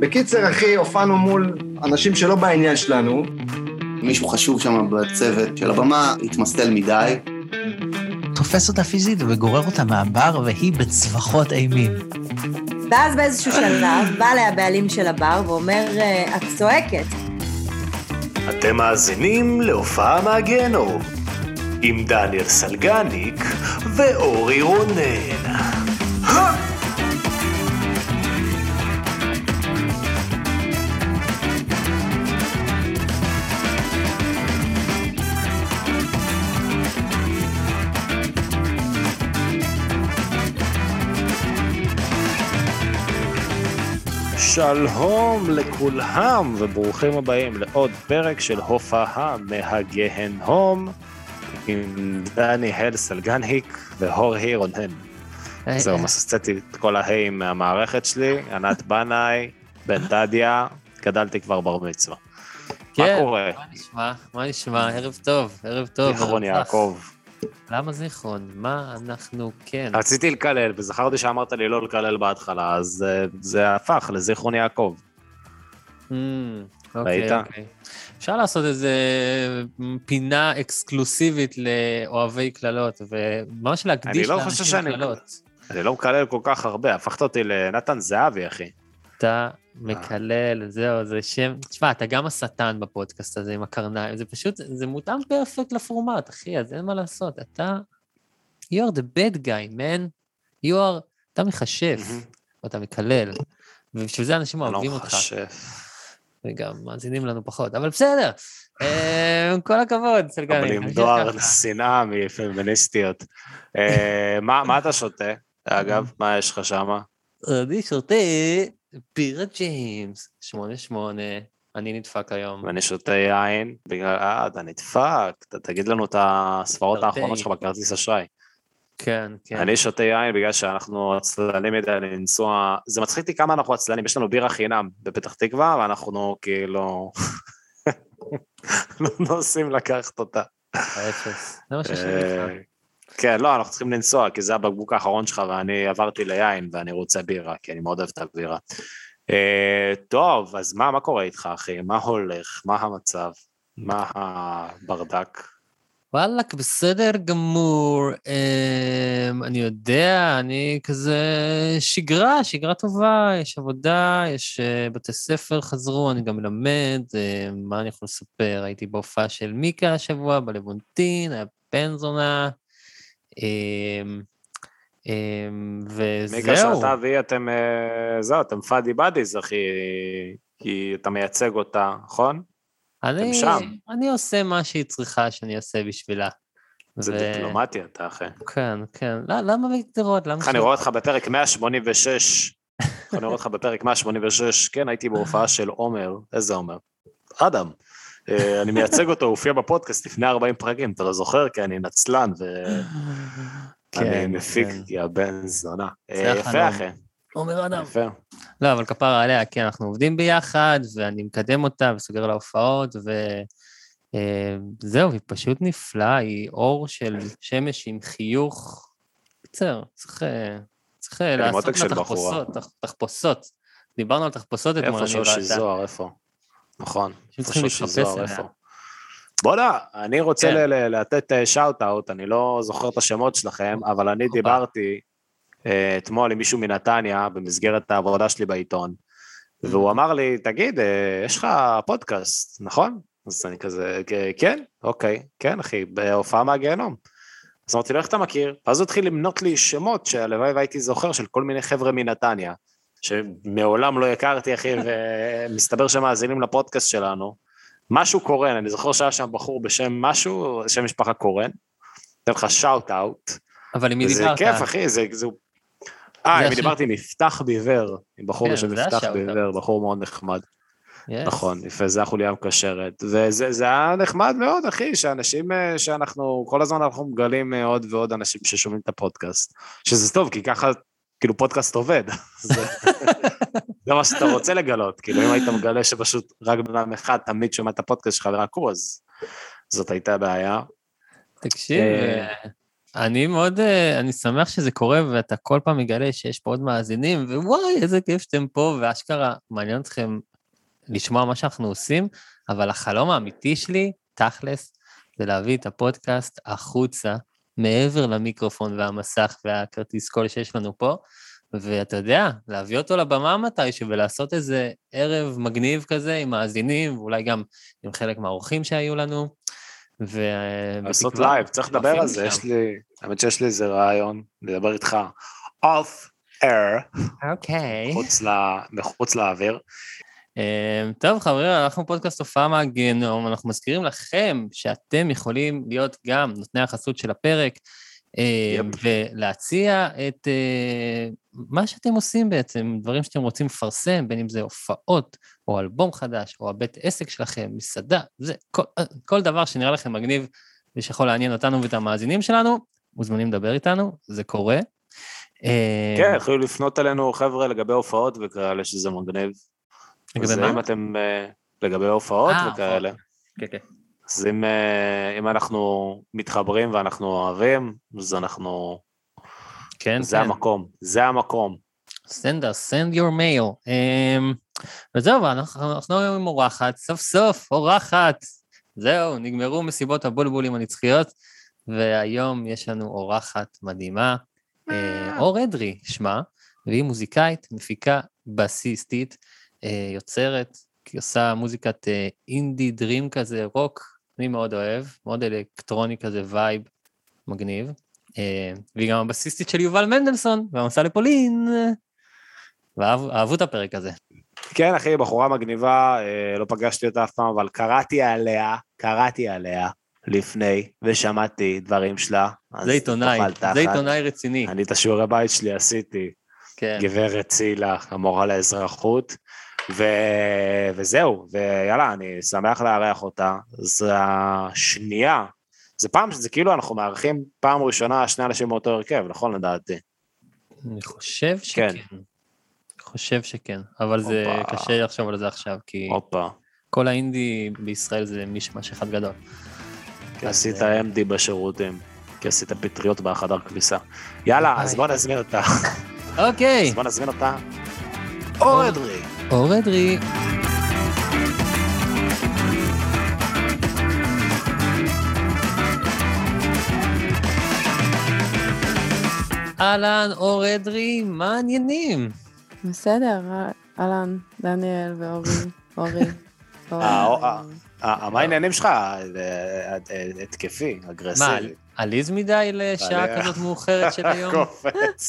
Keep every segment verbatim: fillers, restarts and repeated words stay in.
בקיצר, אחי, הופענו מול אנשים שלא בעניין שלנו. מישהו חשוב שם בצוות של הבמה, התמסטל מדי. תופס אותה פיזית וגורר אותה מהבר, והיא בצווחות אימים. ואז באיזשהו שלב, בא לה הבעלים של הבר ואומר, את צועקת. אתם מאזינים להופעה מהגיהנום, עם דניאל סלגניק ואורי רונן. שלום לכולם וברוכים הבאים לעוד פרק של הופעה מהגיהנום עם דניאל סלגניק ואורי רונן. זהו, מסצתי את כל ההיים מהמערכת שלי, ענת בנאי, בן דדיה, גדלתי כבר בר מצווה. מה קורה? מה נשמע? מה נשמע? ערב טוב, ערב טוב. זיכרון יעקב. למה זיכרון? מה אנחנו כן? רציתי לקלל, וזכרתי שאמרת לי לא לקלל בהתחלה, אז זה הפך לזיכרון יעקב. ראית? אפשר לעשות איזה פינה אקסקלוסיבית לאוהבי קללות, וממש להקדיש לאנשים קללות. אני לא מקלל כל כך הרבה, הפכת אותי לנתן זהבי, אחי. אתה מקלל, זהו, זה שם, תשמע, אתה גם השטן בפודקאסט הזה עם הקרניים, זה פשוט, זה מותאם פרפקט לפורמט, אחי, אז אין מה לעשות, אתה, you are the bad guy, man, you are, אתה מחשף, ואתה מקלל, ובשביל זה אנשים אוהבים אותך. וגם מאזינים לנו פחות, אבל בסדר, כל הכבוד, סלגני. אבל עם דואר שנאה מפמיניסטיות. מה אתה שותה, אגב, מה יש לך שמה? אני שותה בירה ג'יימס, שמונה שמונה, אני נדפק היום. ואני שותה יין, בגלל, אה, אתה נדפק, אתה תגיד לנו את הספרות האחרונות שלך בכרטיס אשראי. כן, כן. אני שותה יין בגלל שאנחנו עצלנים מדי לנסוע, זה מצחיק לי כמה אנחנו עצלנים, יש לנו בירה חינם בפתח תקווה, ואנחנו כאילו לא נוסעים לקחת אותה. האפס, זה מה ששאלה איתך. כן, לא, אנחנו צריכים לנסוע, כי זה הבקבוק האחרון שלך, ואני עברתי ליין, ואני רוצה בירה, כי אני מאוד אוהב את הבירה. טוב, אז מה, מה קורה איתך, אחי? מה הולך? מה המצב? מה הברדק? וואלק, בסדר גמור. אני יודע, אני כזה שגרה, שגרה טובה, יש עבודה, יש בתי ספר חזרו, אני גם מלמד, מה אני יכול לספר? הייתי בהופעה של מיקה השבוע, בלוונטין, היה בן זונה, וזהו. מיקה שאתה ואי, אתם, זהו, אתם פאדי בדיז, אחי, כי אתה מייצג אותה, נכון? אני, אני עושה מה שהיא צריכה שאני אעשה בשבילה. זה ו... דיפלומטיה, אתה אחי. כן, כן. לא, למה בגדרות? למה אני רואה אותך בפרק מאה שמונים ושש. אני רואה אותך בפרק מאה שמונים ושש. כן, הייתי בהופעה של עומר. איזה עומר? אדם. אני מייצג אותו, הוא הופיע בפודקאסט לפני ארבעים פרקים, אתה לא זוכר? כי אני נצלן ואני מפיק, כי הבן זונה. יפה, אחי. עומר אדם. יפה. לא, אבל כפרה עליה, כי אנחנו עובדים ביחד, ואני מקדם אותה וסוגר לה הופעות, וזהו, היא פשוט נפלאה, היא אור של שמש עם חיוך קצר, צריך, צריך לעשות לה תחפושות, תחפושות. דיברנו על תחפושות אתמול, איפה שושי זוהר, איפה? נכון, איפה שושי זוהר, איפה? בוא נה, אני רוצה לתת שאוט-אוט, אני לא זוכר את השמות שלכם, אבל אני דיברתי אתמול עם מישהו מנתניה, במסגרת העבודה שלי בעיתון, והוא אמר לי, תגיד, יש לך פודקאסט, נכון? אז אני כזה, כן, אוקיי, כן, אחי, בהופעה מהגיהנום. אז אמרתי לו, איך אתה מכיר? ואז הוא התחיל למנות לי שמות, שהלוואי והייתי זוכר, של כל מיני חבר'ה מנתניה, שמעולם לא הכרתי, אחי, ומסתבר שמאזינים לפודקאסט שלנו. משהו קורן, אני זוכר שהיה שם בחור בשם משהו, שם משפחה קורן, אתן לך שאוט-אאוט. אבל אם היא דיברת... זה כיף, אחי, זה... אה, אם דיברתי עם מפתח ביבר, עם בחור בשם מפתח ביבר, בחור מאוד נחמד. נכון, יפה, זה החוליה מקשרת, וזה היה נחמד מאוד, אחי, שאנשים שאנחנו, כל הזמן אנחנו מגלים עוד ועוד אנשים ששומעים את הפודקאסט, שזה טוב, כי ככה, כאילו, פודקאסט עובד, זה מה שאתה רוצה לגלות, כאילו, אם היית מגלה שפשוט רק בנם אחד תמיד שומע את הפודקאסט שלך ורק הוא, אז זאת הייתה בעיה. תקשיב, אני מאוד, אני שמח שזה קורה, ואתה כל פעם מגלה שיש פה עוד מאזינים, ווואי, איזה כיף שאתם פה, ואשכרה מעניין אתכם לשמוע מה שאנחנו עושים, אבל החלום האמיתי שלי, תכלס, זה להביא את הפודקאסט החוצה, מעבר למיקרופון והמסך והכרטיס קול שיש לנו פה, ואתה יודע, להביא אותו לבמה מתישהו, ולעשות איזה ערב מגניב כזה עם מאזינים, ואולי גם עם חלק מהאורחים שהיו לנו, ו... לעשות לייב, צריך לדבר על זה, יש לי, האמת שיש לי איזה רעיון, לדבר איתך, off air, אוקיי. מחוץ לאוויר. טוב חברים, אנחנו פודקאסט הופעה מהגיהנום, אנחנו מזכירים לכם שאתם יכולים להיות גם נותני החסות של הפרק, ולהציע את מה שאתם עושים בעצם, דברים שאתם רוצים לפרסם, בין אם זה הופעות, או אלבום חדש, או הבית עסק שלכם, מסעדה, זה כל, כל דבר שנראה לכם מגניב, ושיכול לעניין אותנו ואת המאזינים שלנו, מוזמנים לדבר איתנו, זה קורה. כן, יכולו לפנות אלינו חבר'ה לגבי הופעות וכאלה שזה מגניב. לגבי מה? אם אתם לגבי הופעות וכאלה. כן, כן. אז אם, אם אנחנו מתחברים ואנחנו אוהבים, אז אנחנו... כן, זה כן. המקום, זה המקום. send us, send your mail. Um, וזהו, אנחנו, אנחנו עם אורחת, סוף סוף, אורחת. זהו, נגמרו מסיבות הבולבולים הנצחיות, והיום יש לנו אורחת מדהימה, אה, אור אדרי, שמה, והיא מוזיקאית, מפיקה בסיסטית, אה, יוצרת, היא עושה מוזיקת אה, אינדי דרים כזה, רוק, אני מאוד אוהב, מאוד אלקטרוני כזה, וייב, מגניב. והיא גם הבסיסטית של יובל מנדלסון, והמסע לפולין, ואהבו את הפרק הזה. כן, אחי, בחורה מגניבה, לא פגשתי אותה אף פעם, אבל קראתי עליה, קראתי עליה לפני, ושמעתי דברים שלה. זה עיתונאי, זה עיתונאי רציני. אני את השיעורי בית שלי עשיתי, גברת צילה, המורה לאזרחות, וזהו, ויאללה, אני שמח לארח אותה, זו השנייה, זה פעם, זה כאילו אנחנו מארחים פעם ראשונה שני אנשים מאותו הרכב, נכון לדעתי? אני חושב שכן. אני חושב שכן, אבל זה קשה לחשוב על זה עכשיו, כי כל האינדי בישראל זה מישמש אחד גדול. כי עשית אם די בשירותים, כי עשית פטריות בחדר כביסה. יאללה, אז בוא נזמין אותה. אוקיי. אז בוא נזמין אותה. אור אדרי. אור אדרי. אהלן, אור אדרי, מה העניינים? בסדר, אהלן, דניאל ואורי, אורי. מה העניינים שלך? התקפי, אגרסיבי. מה, עליז מדי לשעה כזאת מאוחרת של היום? קופץ,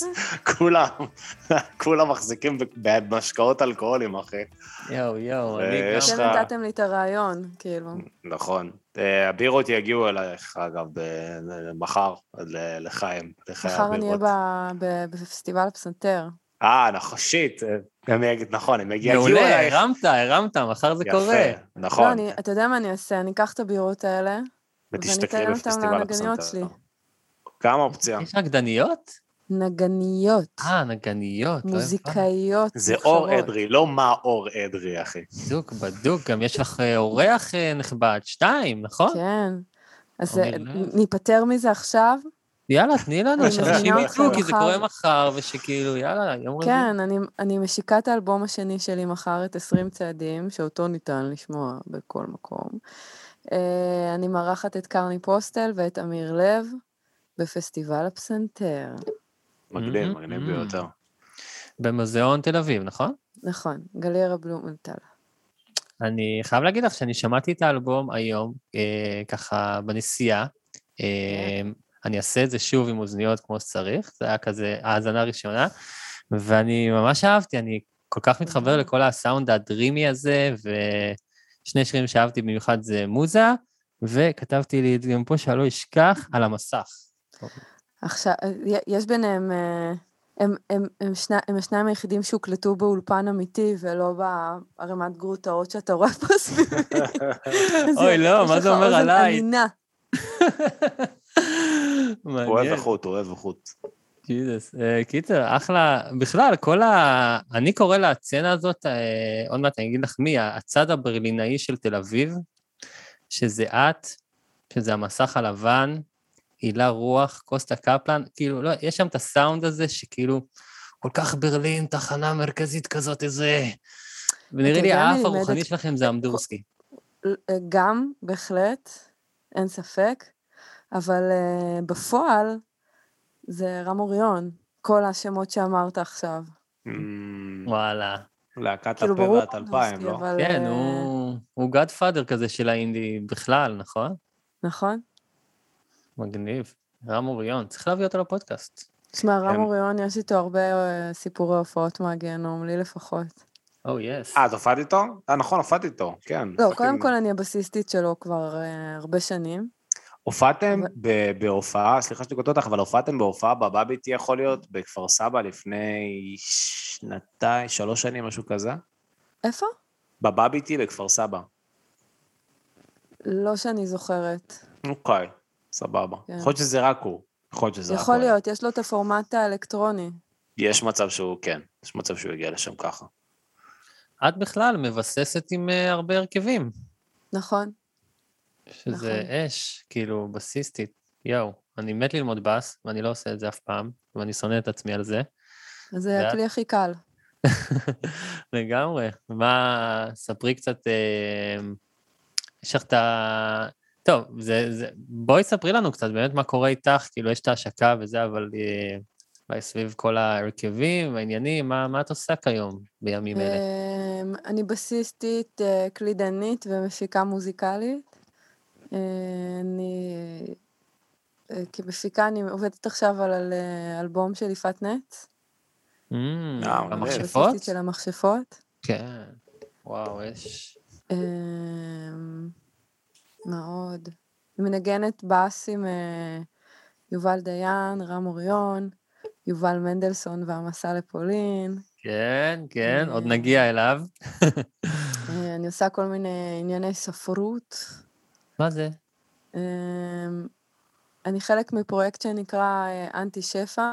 כולם מחזיקים במשקאות אלכוהולים, אחי. יואו, יואו, אני גם... אתם נתתם לי את הרעיון, כאילו. נכון. הבירות יגיעו אלייך, אגב, מחר, לחיים. מחר אני אהיה בפסטיבל הפסנתר. אה, נכון, שיט. נכון, הם יגיעו אלייך. מעולה, הרמת, הרמת, מחר זה קורה. יפה, נכון. לא, אתה יודע מה אני אעשה? אני אקח את הבירות האלה, ואני אתן אותם לנגניות שלי. כמה אופציה? יש נגדניות? נגניות. אה, נגניות. מוזיקאיות. זה אור אדרי, לא מה אור אדרי, אחי. בדוק, בדוק, גם יש לך אורח נכבד, שתיים, נכון? כן. אז ניפטר מזה עכשיו? יאללה, תני לנו, שאנשים יצאו, כי זה קורה מחר, ושכאילו, יאללה, יום רביעי. כן, אני משיקה את האלבום השני שלי מחר, את עשרים צעדים, שאותו ניתן לשמוע בכל מקום. אני מארחת את קרני פוסטל ואת אמיר לב בפסטיבל הפסנתר. מגניב, מגניב ביותר. במוזיאון תל אביב, נכון? נכון, גלריה בלומנטל. אני חייב להגיד לך שאני שמעתי את האלבום היום, ככה בנסיעה, אני אעשה את זה שוב עם אוזניות כמו שצריך, זה היה כזה האזנה ראשונה, ואני ממש אהבתי, אני כל כך מתחבר לכל הסאונד הדרימי הזה, ושני שירים שאהבתי במיוחד זה מוזה, וכתבתי לי גם פה שלא אשכח על המסך. עכשיו, יש ביניהם, הם, הם, הם, שני, הם השניים היחידים שהוקלטו באולפן אמיתי, ולא בערימת גרוטאות שאתה רואה פה סביבי. אוי, לא, מה זה אומר עליי? אמינה. אוהב איכות, אוהב איכות. קיצר, קיצר, אחלה, בכלל, כל ה... אני קורא לצנה הזאת, עוד מעט אני אגיד לך מי, הצד הברלינאי של תל אביב, שזה את, שזה המסך הלבן, הילה רוח, קוסטה קפלן, כאילו, לא, יש שם את הסאונד הזה שכאילו, כל כך ברלין, תחנה מרכזית כזאת, איזה... ונראה לי, האף הרוחני שלכם זה אמדורסקי. גם, בהחלט, אין ספק, אבל בפועל, זה רם אוריון, כל השמות שאמרת עכשיו. וואלה. להקת הפה ואת אלפיים, לא? כן, הוא גאדפאדר כזה של האינדי בכלל, נכון? נכון. מגניב. רם אוריון, צריך להביא אותו לפודקאסט. תשמע, רם אוריון, יש איתו הרבה סיפורי הופעות מהגיהנום, לי לפחות. או, יס. אה, את הופעת איתו? אה, נכון, הופעת איתו, כן. לא, קודם כל אני הבסיסטית שלו כבר הרבה שנים. הופעתם בהופעה, סליחה שתקוט אותך, אבל הופעתם בהופעה בבאביטי יכול להיות בכפר סבא לפני שנתיים, שלוש שנים, משהו כזה? איפה? בבאביטי בכפר סבא. לא שאני זוכרת. אוקיי, סבבה. יכול להיות שזה רק הוא. יכול להיות שזה רק הוא. יכול להיות, יש לו את הפורמט האלקטרוני. יש מצב שהוא, כן, יש מצב שהוא יגיע לשם ככה. את בכלל מבססת עם הרבה הרכבים. נכון. שזה נכון. אש, כאילו, בסיסטית. יאו, אני מת ללמוד בס, ואני לא עושה את זה אף פעם, ואני שונא את עצמי על זה. אז זה ואת... הכלי הכי קל. לגמרי. מה, ספרי קצת, אה, יש לך את ה... טוב, זה, זה... בואי ספרי לנו קצת, באמת מה קורה איתך, כאילו, יש את ההשקה וזה, אבל אה, סביב כל ההרכבים, העניינים, מה, מה את עושה כיום בימים אלה? אני בסיסטית, קלידנית ומפיקה מוזיקלית. אני, כמפיקה, אני עובדת עכשיו על אלבום של יפעת נץ. המכשפות? בסיסטית של המכשפות. כן, וואו, יש. מה עוד? אני מנגנת בס עם יובל דיין, רם אוריון, יובל מנדלסון והמסע לפולין. כן, כן, עוד נגיע אליו. אני עושה כל מיני ענייני ספרות. מה זה? אני חלק מפרויקט שנקרא אנטי שפע.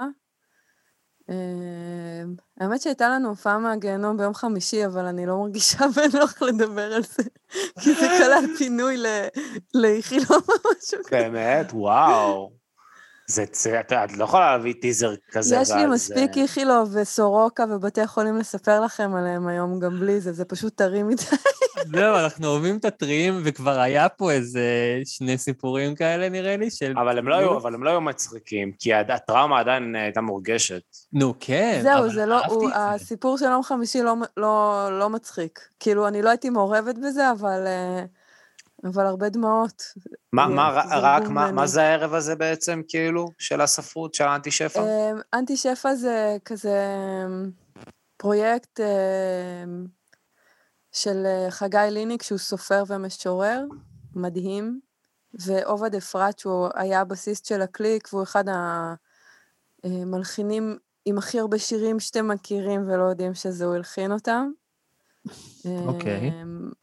האמת שהייתה לנו הופעה מהגיהנום ביום חמישי, אבל אני לא מרגישה בנוח לדבר על זה, כי זה כלל פינוי לאיכילוב או משהו כזה. באמת? וואו. את לא יכולה להביא טיזר כזה. יש לי מספיק איכילוב וסורוקה ובתי חולים לספר לכם עליהם היום גם בלי זה, זה פשוט טרי מדי. זהו, אנחנו אוהבים את הטריים, וכבר היה פה איזה שני סיפורים כאלה, נראה לי, של... אבל הם לא היו, אבל הם לא היו מצחיקים, כי הטראומה עדיין הייתה מורגשת. נו, כן. זהו, זה לא, הסיפור של יום חמישי לא מצחיק. כאילו, אני לא הייתי מעורבת בזה, אבל... אבל הרבה דמעות. מה, מה, רק, מה, מה זה הערב הזה בעצם, כאילו, של הספרות, של האנטי שפע? אנטי שפע זה כזה פרויקט של חגי ליניק, שהוא סופר ומשורר, מדהים, ועובד אפרת, שהוא היה הבסיסט של הקליק, והוא אחד המלחינים עם הכי הרבה שירים שאתם מכירים, ולא יודעים שזה הוא הלחין אותם. אוקיי.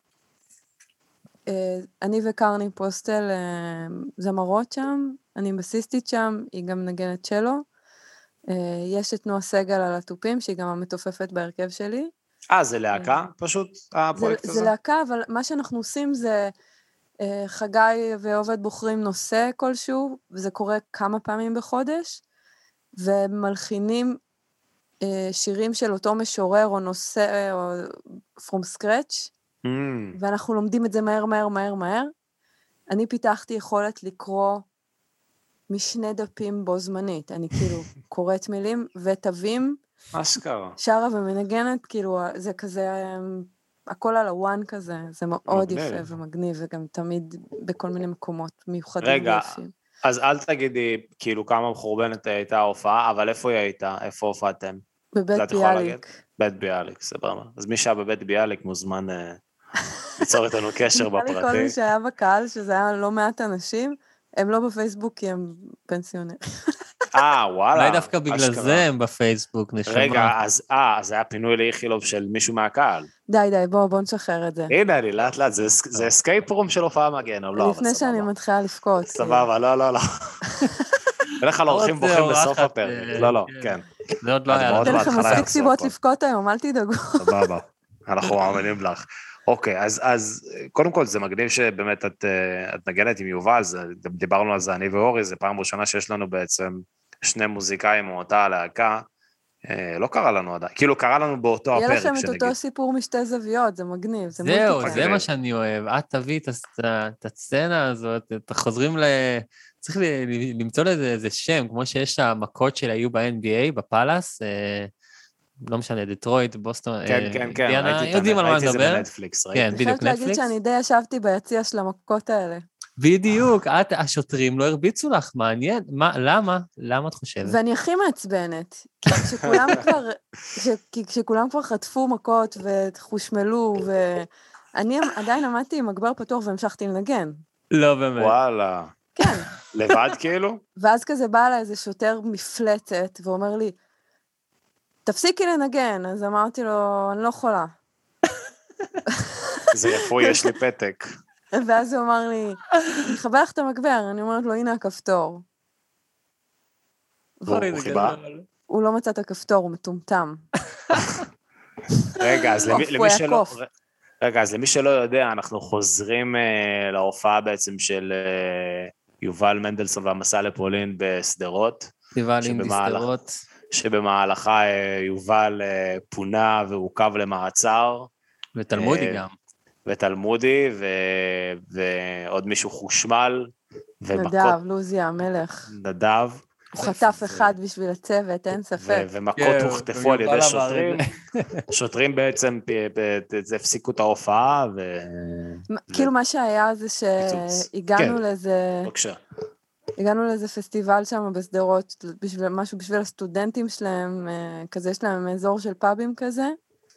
אני וקרני פוסטל זמרות שם, אני בסיסטית שם, היא גם נגנת שלו. יש את נועה סגל על הטופים, שהיא גם המתופפת בהרכב שלי. אה, זה להקה פשוט, הפרויקט הזה? זה להקה, אבל מה שאנחנו עושים זה, חגי ועובד בוחרים נושא כלשהו, וזה קורה כמה פעמים בחודש, ומלחינים שירים של אותו משורר או נושא, או from scratch, ואנחנו לומדים את זה מהר, מהר, מהר, מהר. אני פיתחתי יכולת לקרוא משני דפים בו זמנית. אני כאילו קוראת מילים ותווים. אשכרה. שרה ומנגנת, כאילו, זה כזה, הכל על הוואן כזה. זה מאוד יפה ומגניב, וגם תמיד בכל מיני מקומות מיוחדים. רגע, אז אל תגידי, כאילו, כמה מחורבנת הייתה ההופעה, אבל איפה היא הייתה? איפה הופעתם? בבית ביאליק. בית ביאליק, סבבה. אז מי שהיה בבית ביאליק מוזמן... ליצור איתנו קשר בפרטי. נראה לי כל מי שהיה בקהל, שזה היה לא מעט אנשים, הם לא בפייסבוק כי הם פנסיונרים. אה, וואלה. אולי דווקא בגלל זה הם בפייסבוק, נשמע. רגע, אז אה, אז היה פינוי לאיכילוב של מישהו מהקהל. די, די, בואו, בואו נשחרר את זה. הנה, אני לאט לאט, זה אסקייפ רום של הופעה מגן, לא, לפני שאני מתחילה לפקוט. סבבה, לא, לא, לא. בדרך כלל אורחים בוכים בסוף הפרק. לא, לא, כן. זה עוד לא היה. אתן לכם מספיק סיבות לפקוט היום, אל תדאגו. סבבה. אנחנו מאמינים לך. אוקיי, אז, אז קודם כל זה מגניב שבאמת את, את נגנת עם יובל, זה, דיברנו על זה אני ואורי, זה פעם ראשונה שיש לנו בעצם שני מוזיקאים מאותה הלהקה, לא קרה לנו עדיין, כאילו קרה לנו באותו הפרק שנגיד. יהיה לכם את אותו סיפור משתי זוויות, זה מגניב, זה זהו, מולטי. זה מה שאני אוהב, את תביא את הסצנה הזאת, את חוזרים ל... צריך למצוא לזה איזה שם, כמו שיש המכות של היו ב-אן בי איי, בפלאס, לא משנה, דטרויט, בוסטון, כן, כן, כן, יודעים על מה ראיתי את זה לדבר. בנטפליקס, כן, בדיוק נטפליקס. אני חייבת להגיד שאני די ישבתי ביציע של המכות האלה. בדיוק, את, השוטרים לא הרביצו לך, מעניין, מה, למה? למה את חושבת? ואני הכי מעצבנת, כי כשכולם כבר, כי כשכולם כבר חטפו מכות וחושמלו, ואני עדיין עמדתי עם מגבר פתוח והמשכתי לנגן. לא באמת. וואלה. כן. לבד כאילו? ואז כזה בא לה איזה שוטר מפלטת, ואומר לי, תפסיקי לנגן, אז אמרתי לו, אני לא יכולה. זה יפוי, יש לי פתק. ואז הוא אמר לי, אני חווה לך את המגבר, אני אומרת לו, הנה הכפתור. והוא חיבה? הוא לא מצא את הכפתור, הוא מטומטם. רגע, אז למי שלא... רגע, אז למי שלא יודע, אנחנו חוזרים להופעה בעצם של יובל מנדלסון והמסע לפולין בסדרות. פסטיבל אינדי סדרות. שבמהלכה יובל פונה ועוכב למעצר. ותלמודי גם. ותלמודי, ועוד מישהו חושמל. נדב, לוזי המלך. נדב. הוא חטף אחד בשביל הצוות, אין ספק. ומכות הוכתפו על ידי שוטרים. שוטרים בעצם הפסיקו את ההופעה. כאילו מה שהיה זה שהגענו לאיזה... בבקשה. הגענו לאיזה פסטיבל שם בסדרות, משהו בשביל הסטודנטים שלהם, כזה יש להם אזור של פאבים כזה.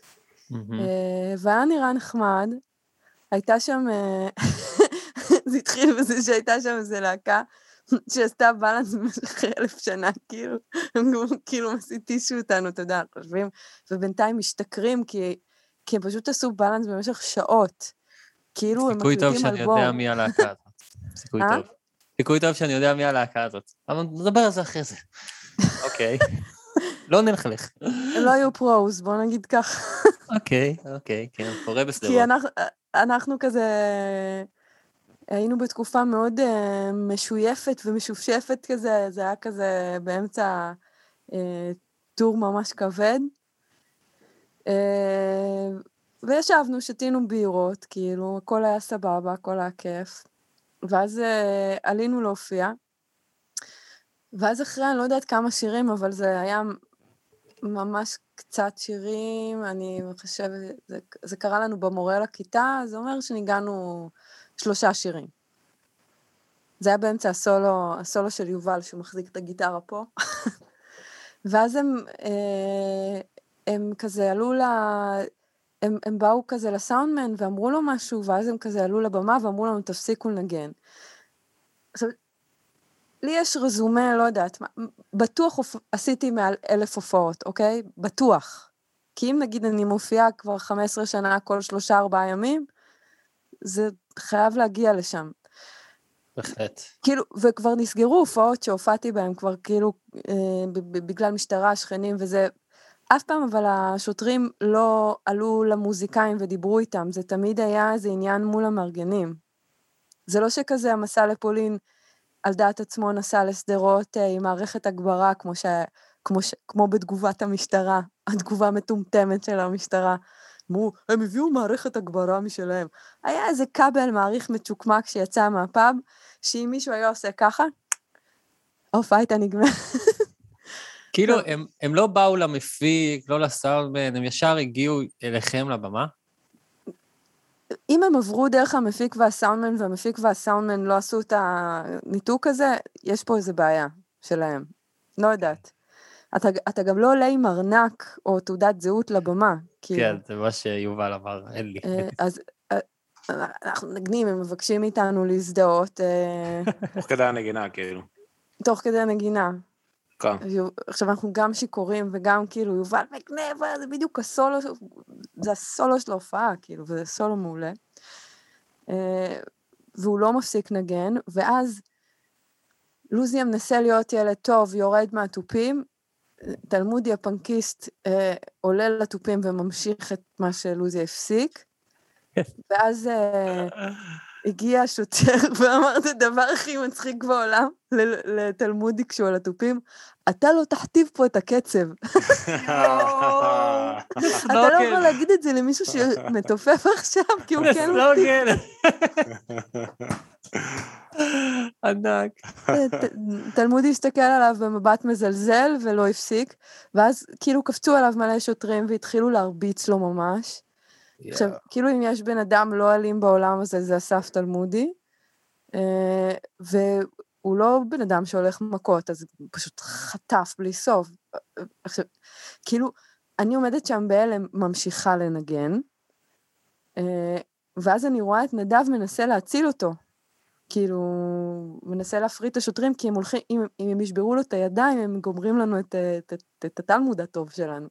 והיה נראה נחמד. הייתה שם... זה התחיל בזה שהייתה שם איזה להקה, שעשתה בלנס במשך אלף שנה, כאילו, הם כאילו מסיתישו אותנו, אתה יודע, חושבים, ובינתיים משתכרים, כי, כי הם פשוט עשו בלנס במשך שעות, כאילו הם סיכוי טוב מקליטים אלבום. שאני יודע מי הלהקה הזאת. סיכוי טוב. סיכוי טוב שאני יודע מי הלהקה הזאת. אבל נדבר על זה אחרי זה. אוקיי. לא נלכלך. הם לא היו פרוז, בואו נגיד כך. אוקיי, אוקיי, כן, קורה בסדרות. כי אנחנו, אנחנו כזה... היינו בתקופה מאוד uh, משויפת ומשופשפת כזה, זה היה כזה באמצע uh, טור ממש כבד. Uh, וישבנו, שתינו בירות, כאילו, הכל היה סבבה, הכל היה כיף. ואז uh, עלינו להופיע. ואז אחרי, אני לא יודעת כמה שירים, אבל זה היה ממש קצת שירים, אני חושבת, זה, זה קרה לנו במורה לכיתה, זה אומר שניגענו... שלושה שירים. זה היה באמצע הסולו, הסולו של יובל, שהוא מחזיק את הגיטרה פה. ואז הם, הם כזה עלו ל... הם, הם באו כזה לסאונדמן, ואמרו לו משהו, ואז הם כזה עלו לבמה, ואמרו לנו, תפסיקו לנגן. עכשיו, לי יש רזומה, לא יודעת, בטוח עשיתי מעל אלף הופעות, אוקיי? בטוח. כי אם נגיד אני מופיעה כבר חמש עשרה שנה, כל שלושה ארבעה ימים, זה חייב להגיע לשם. בהחלט. כאילו, וכבר נסגרו הופעות שהופעתי בהם, כבר כאילו, אה, בגלל משטרה, שכנים וזה, אף פעם אבל השוטרים לא עלו למוזיקאים ודיברו איתם, זה תמיד היה איזה עניין מול המארגנים. זה לא שכזה המסע לפולין, על דעת עצמו נסע לסדרות אה, עם מערכת הגברה, כמו, ש, כמו, ש, כמו בתגובת המשטרה, התגובה המטומטמת של המשטרה, אמרו, הם הביאו מערכת הגברה משלהם. היה איזה קבל מעריך מצ'וקמק שיצא מהפאב, שאם מישהו היה עושה ככה, ההופעה הייתה נגמרת. כאילו, הם, הם לא באו למפיק, לא לסאונדמן, הם ישר הגיעו אליכם לבמה? אם הם עברו דרך המפיק והסאונדמן, והמפיק והסאונדמן לא עשו את הניתוק הזה, יש פה איזה בעיה שלהם. לא יודעת. אתה, אתה גם לא עולה עם ארנק או תעודת זהות לבמה. כן, זה מה שיובל אמר, אין לי. אז אנחנו נגנים, הם מבקשים מאיתנו להזדהות. תוך כדי הנגינה, כאילו. תוך כדי הנגינה. כן. עכשיו אנחנו גם שיקורים, וגם כאילו, יובל מגנבה, זה בדיוק הסולו, זה הסולו של ההופעה, כאילו, וזה סולו מעולה. והוא לא מפסיק נגן, ואז לוזי מנסה להיות ילד טוב, יורד מהטופים, תלמודי הפנקיסט אה, עולה לתופים וממשיך את מה שלוזיה הפסיק, ואז אה, הגיע השוטר ואמר את הדבר הכי מצחיק בעולם לתלמודי כשהוא על התופים, אתה לא תכתיב פה את הקצב. אתה לא יכול להגיד את זה למישהו שמתופף עכשיו, כי הוא כן מכתיב. ענק. תלמודי הסתכל עליו במבט מזלזל ולא הפסיק, ואז כאילו קפצו עליו מלא שוטרים והתחילו להרביץ לו ממש. עכשיו, כאילו אם יש בן אדם לא אלים בעולם הזה, זה אסף תלמודי, והוא לא בן אדם שהולך מכות, אז הוא פשוט חטף בלי סוף. עכשיו, כאילו, אני עומדת שם בהלם, ממשיכה לנגן, ואז אני רואה את נדב מנסה להציל אותו, כאילו, מנסה להפריד את השוטרים, כי הם הולכים, אם, אם הם ישברו לו את הידיים, הם גומרים לנו את, את, את, את התלמוד הטוב שלנו.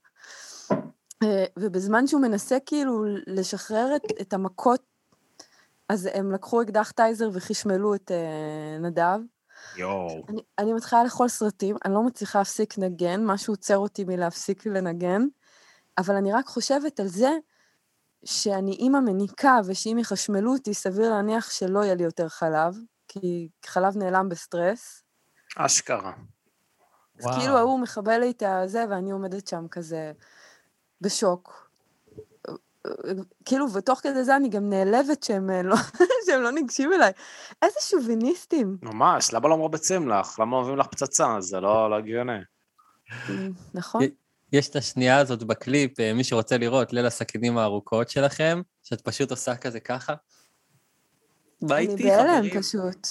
ובזמן שהוא מנסה כאילו לשחרר את, את המכות, אז הם לקחו אקדח טייזר וחשמלו את uh, נדב. יואו. אני, אני מתחילה לכל סרטים, אני לא מצליחה להפסיק נגן, משהו עוצר אותי מלהפסיק לנגן, אבל אני רק חושבת על זה, שאני אימא מניקה, ושאם יחשמלו אותי, סביר להניח שלא יהיה לי יותר חלב, כי חלב נעלם בסטרס. אשכרה. אז וואו. כאילו הוא מחבל לי את זה, ואני עומדת שם כזה בשוק. כאילו, ותוך כדי זה אני גם נעלבת שהם לא, שהם לא ניגשים אליי. איזה שוביניסטים. ממש, למה לא מרבצים לך? למה אוהבים לך פצצה? זה לא הגיוני. נכון. יש את השנייה הזאת בקליפ, מי שרוצה לראות, ליל הסכינים הארוכות שלכם, שאת פשוט עושה כזה ככה. אני בהלם פשוט.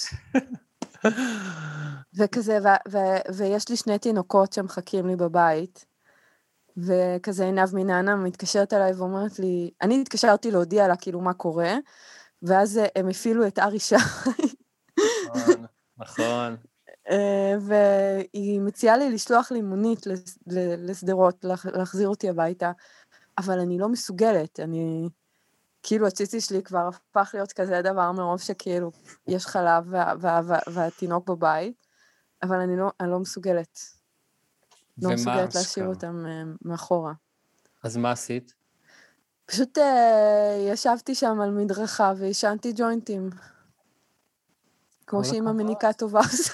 וכזה, ויש לי שני תינוקות שמחכים לי בבית, וכזה עינב מנענה מתקשרת אליי ואומרת לי, אני התקשרתי להודיע לה כאילו מה קורה, ואז הם הפעילו את ארי שי. נכון, נכון. והיא מציעה לי לשלוח לי מונית לסדרות, להחזיר אותי הביתה, אבל אני לא מסוגלת, אני, כאילו הציצי שלי כבר הפך להיות כזה דבר מרוב שכאילו יש חלב והתינוק בבית, אבל אני לא, אני לא מסוגלת. לא מסוגלת להשאיר אותם מאחורה. אז מה עשית? פשוט ישבתי שם על מדרכה וישנתי ג'וינטים. כמו שאמא מניקה טובה עושה.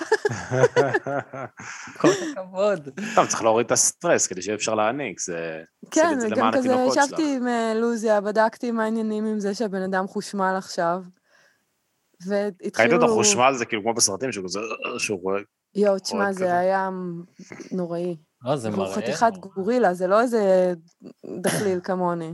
כל הכבוד. טוב, צריך להוריד את הסטרס, כדי שאפשר להעניק, זה... כן, גם כזה ישבתי עם לוזיה, בדקתי מה העניינים עם זה שהבן אדם חושמל עכשיו, והתחילו... ראית אותו חושמל, זה כאילו כמו בסרטים, שהוא רואה... יואו, תשמע, זה היה נוראי. לא, זה מראה. הוא חתיכת גורילה, זה לא איזה דחליל כמוני.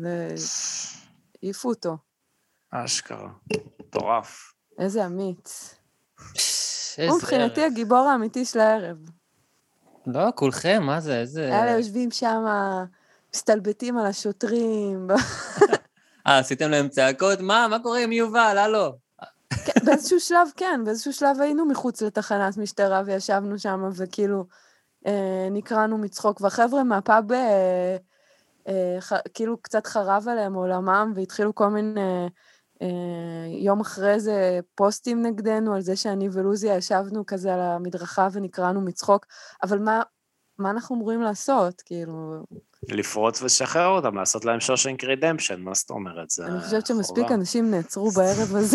העיפו אותו. אשכרה, מטורף. איזה אמיץ. הוא מבחינתי הגיבור האמיתי של הערב. לא, כולכם, מה זה, איזה... אלה יושבים שם, מסתלבטים על השוטרים. אה, עשיתם להם צעקות? מה, מה קורה עם יובל? הלו. באיזשהו שלב, כן, באיזשהו שלב היינו מחוץ לתחנת משטרה, וישבנו שם, וכאילו נקראנו מצחוק, והחבר'ה מהפאב כאילו קצת חרב עליהם עולמם, והתחילו כל מיני... יום אחרי זה פוסטים נגדנו, על זה שאני ולוזיה ישבנו כזה על המדרכה ונקראנו מצחוק, אבל מה, מה אנחנו אמורים לעשות? כאילו... לפרוץ ושחרר אותם, לעשות להם שושנק רידמפשן, מה זאת אומרת? אני חושבת שמספיק אנשים נעצרו בערב הזה.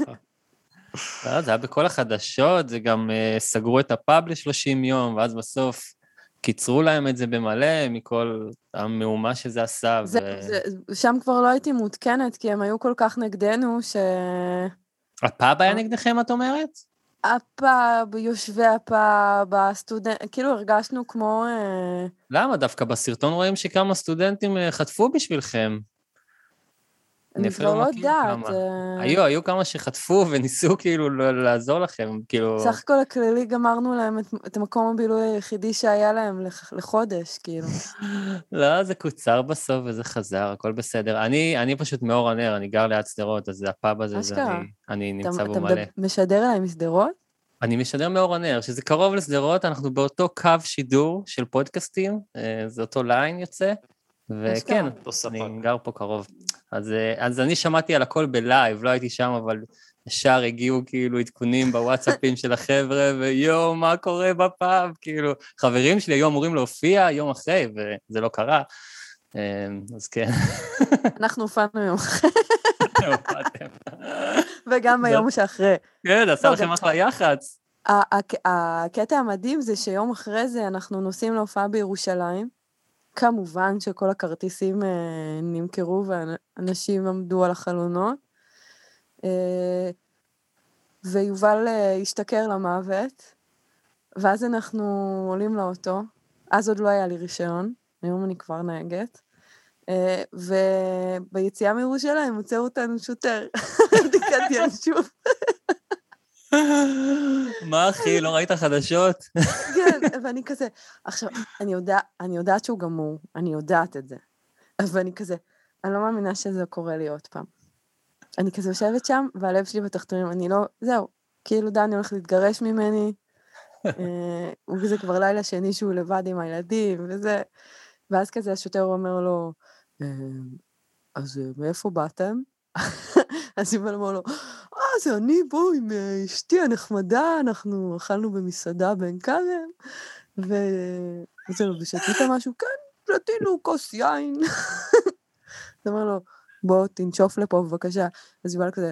זה היה בכל החדשות, זה גם סגרו את הפאב ל-שלושים יום, ואז בסוף קיצרו להם את זה במלא, מכל המהומה שזה עשה. זה, ו... זה, שם כבר לא הייתי מותקנת, כי הם היו כל כך נגדנו, ש... הפאב היה נגדכם, את אומרת? הפאב, יושבי הפאב, הסטודנט, כאילו הרגשנו כמו... למה? דווקא בסרטון רואים שכמה סטודנטים חטפו בשבילכם. אני כבר לא יודעת. היו, היו כמה שחטפו וניסו כאילו לעזור לכם, כאילו... סך הכל הכללי גמרנו להם את המקום הבילוי היחידי שהיה להם לחודש, כאילו. לא, זה קוצר בסוף וזה חזר, הכל בסדר. אני, אני פשוט מאור הנר, אני גר ליד סדרות, אז הפאב הזה, אני נמצא בו מלא. אתה משדר אליי מסדרות? אני משדר מאור הנר, שזה קרוב לסדרות, אנחנו באותו קו שידור של פודקאסטים, זה אותו ליין יוצא, וכן, אני גר פה קרוב. אז, אז אני שמעתי על הכל בלייב, לא הייתי שם, אבל ישר הגיעו כאילו עדכונים בוואטסאפים של החבר'ה, ויו, מה קורה בפאב? כאילו, חברים שלי היו אמורים להופיע יום אחרי, וזה לא קרה. אז כן. אנחנו הופענו יום אחרי. וגם ביום שאחרי. כן, זה עשה לכם אחלה יח"צ. הקטע המדהים זה שיום אחרי זה אנחנו נוסעים להופעה בירושלים, כמובן שכל הכרטיסים נמכרו ואנשים עמדו על החלונות, ויובל השתכר למוות, ואז אנחנו עולים לאוטו, אז עוד לא היה לי רישיון, היום אני כבר נהגת, וביציאה מירושלים מוצא אותנו שוטר, בדיקת ינשוף. מה אחי, לא ראית חדשות? כן, ואני כזה, עכשיו, אני יודע, אני יודעת שהוא גמור, אני יודעת את זה, ואני כזה, אני לא מאמינה שזה קורה לי עוד פעם. אני כזה יושבת שם, והלב שלי בתחתונים, אני לא, זהו, כאילו דני הולך להתגרש ממני, וזה כבר לילה שני שהוא לבד עם הילדים, וזה, ואז כזה השוטר אומר לו, אז מאיפה באתם? אז יובל אמר לו, אה, זה אני בוא עם אשתי הנחמדה, אנחנו אכלנו במסעדה בן כרם, וזהו, ושתית משהו, כן, שתינו כוס יין. אז אמר לו, בוא תנשוף לפה בבקשה. אז יובל כזה,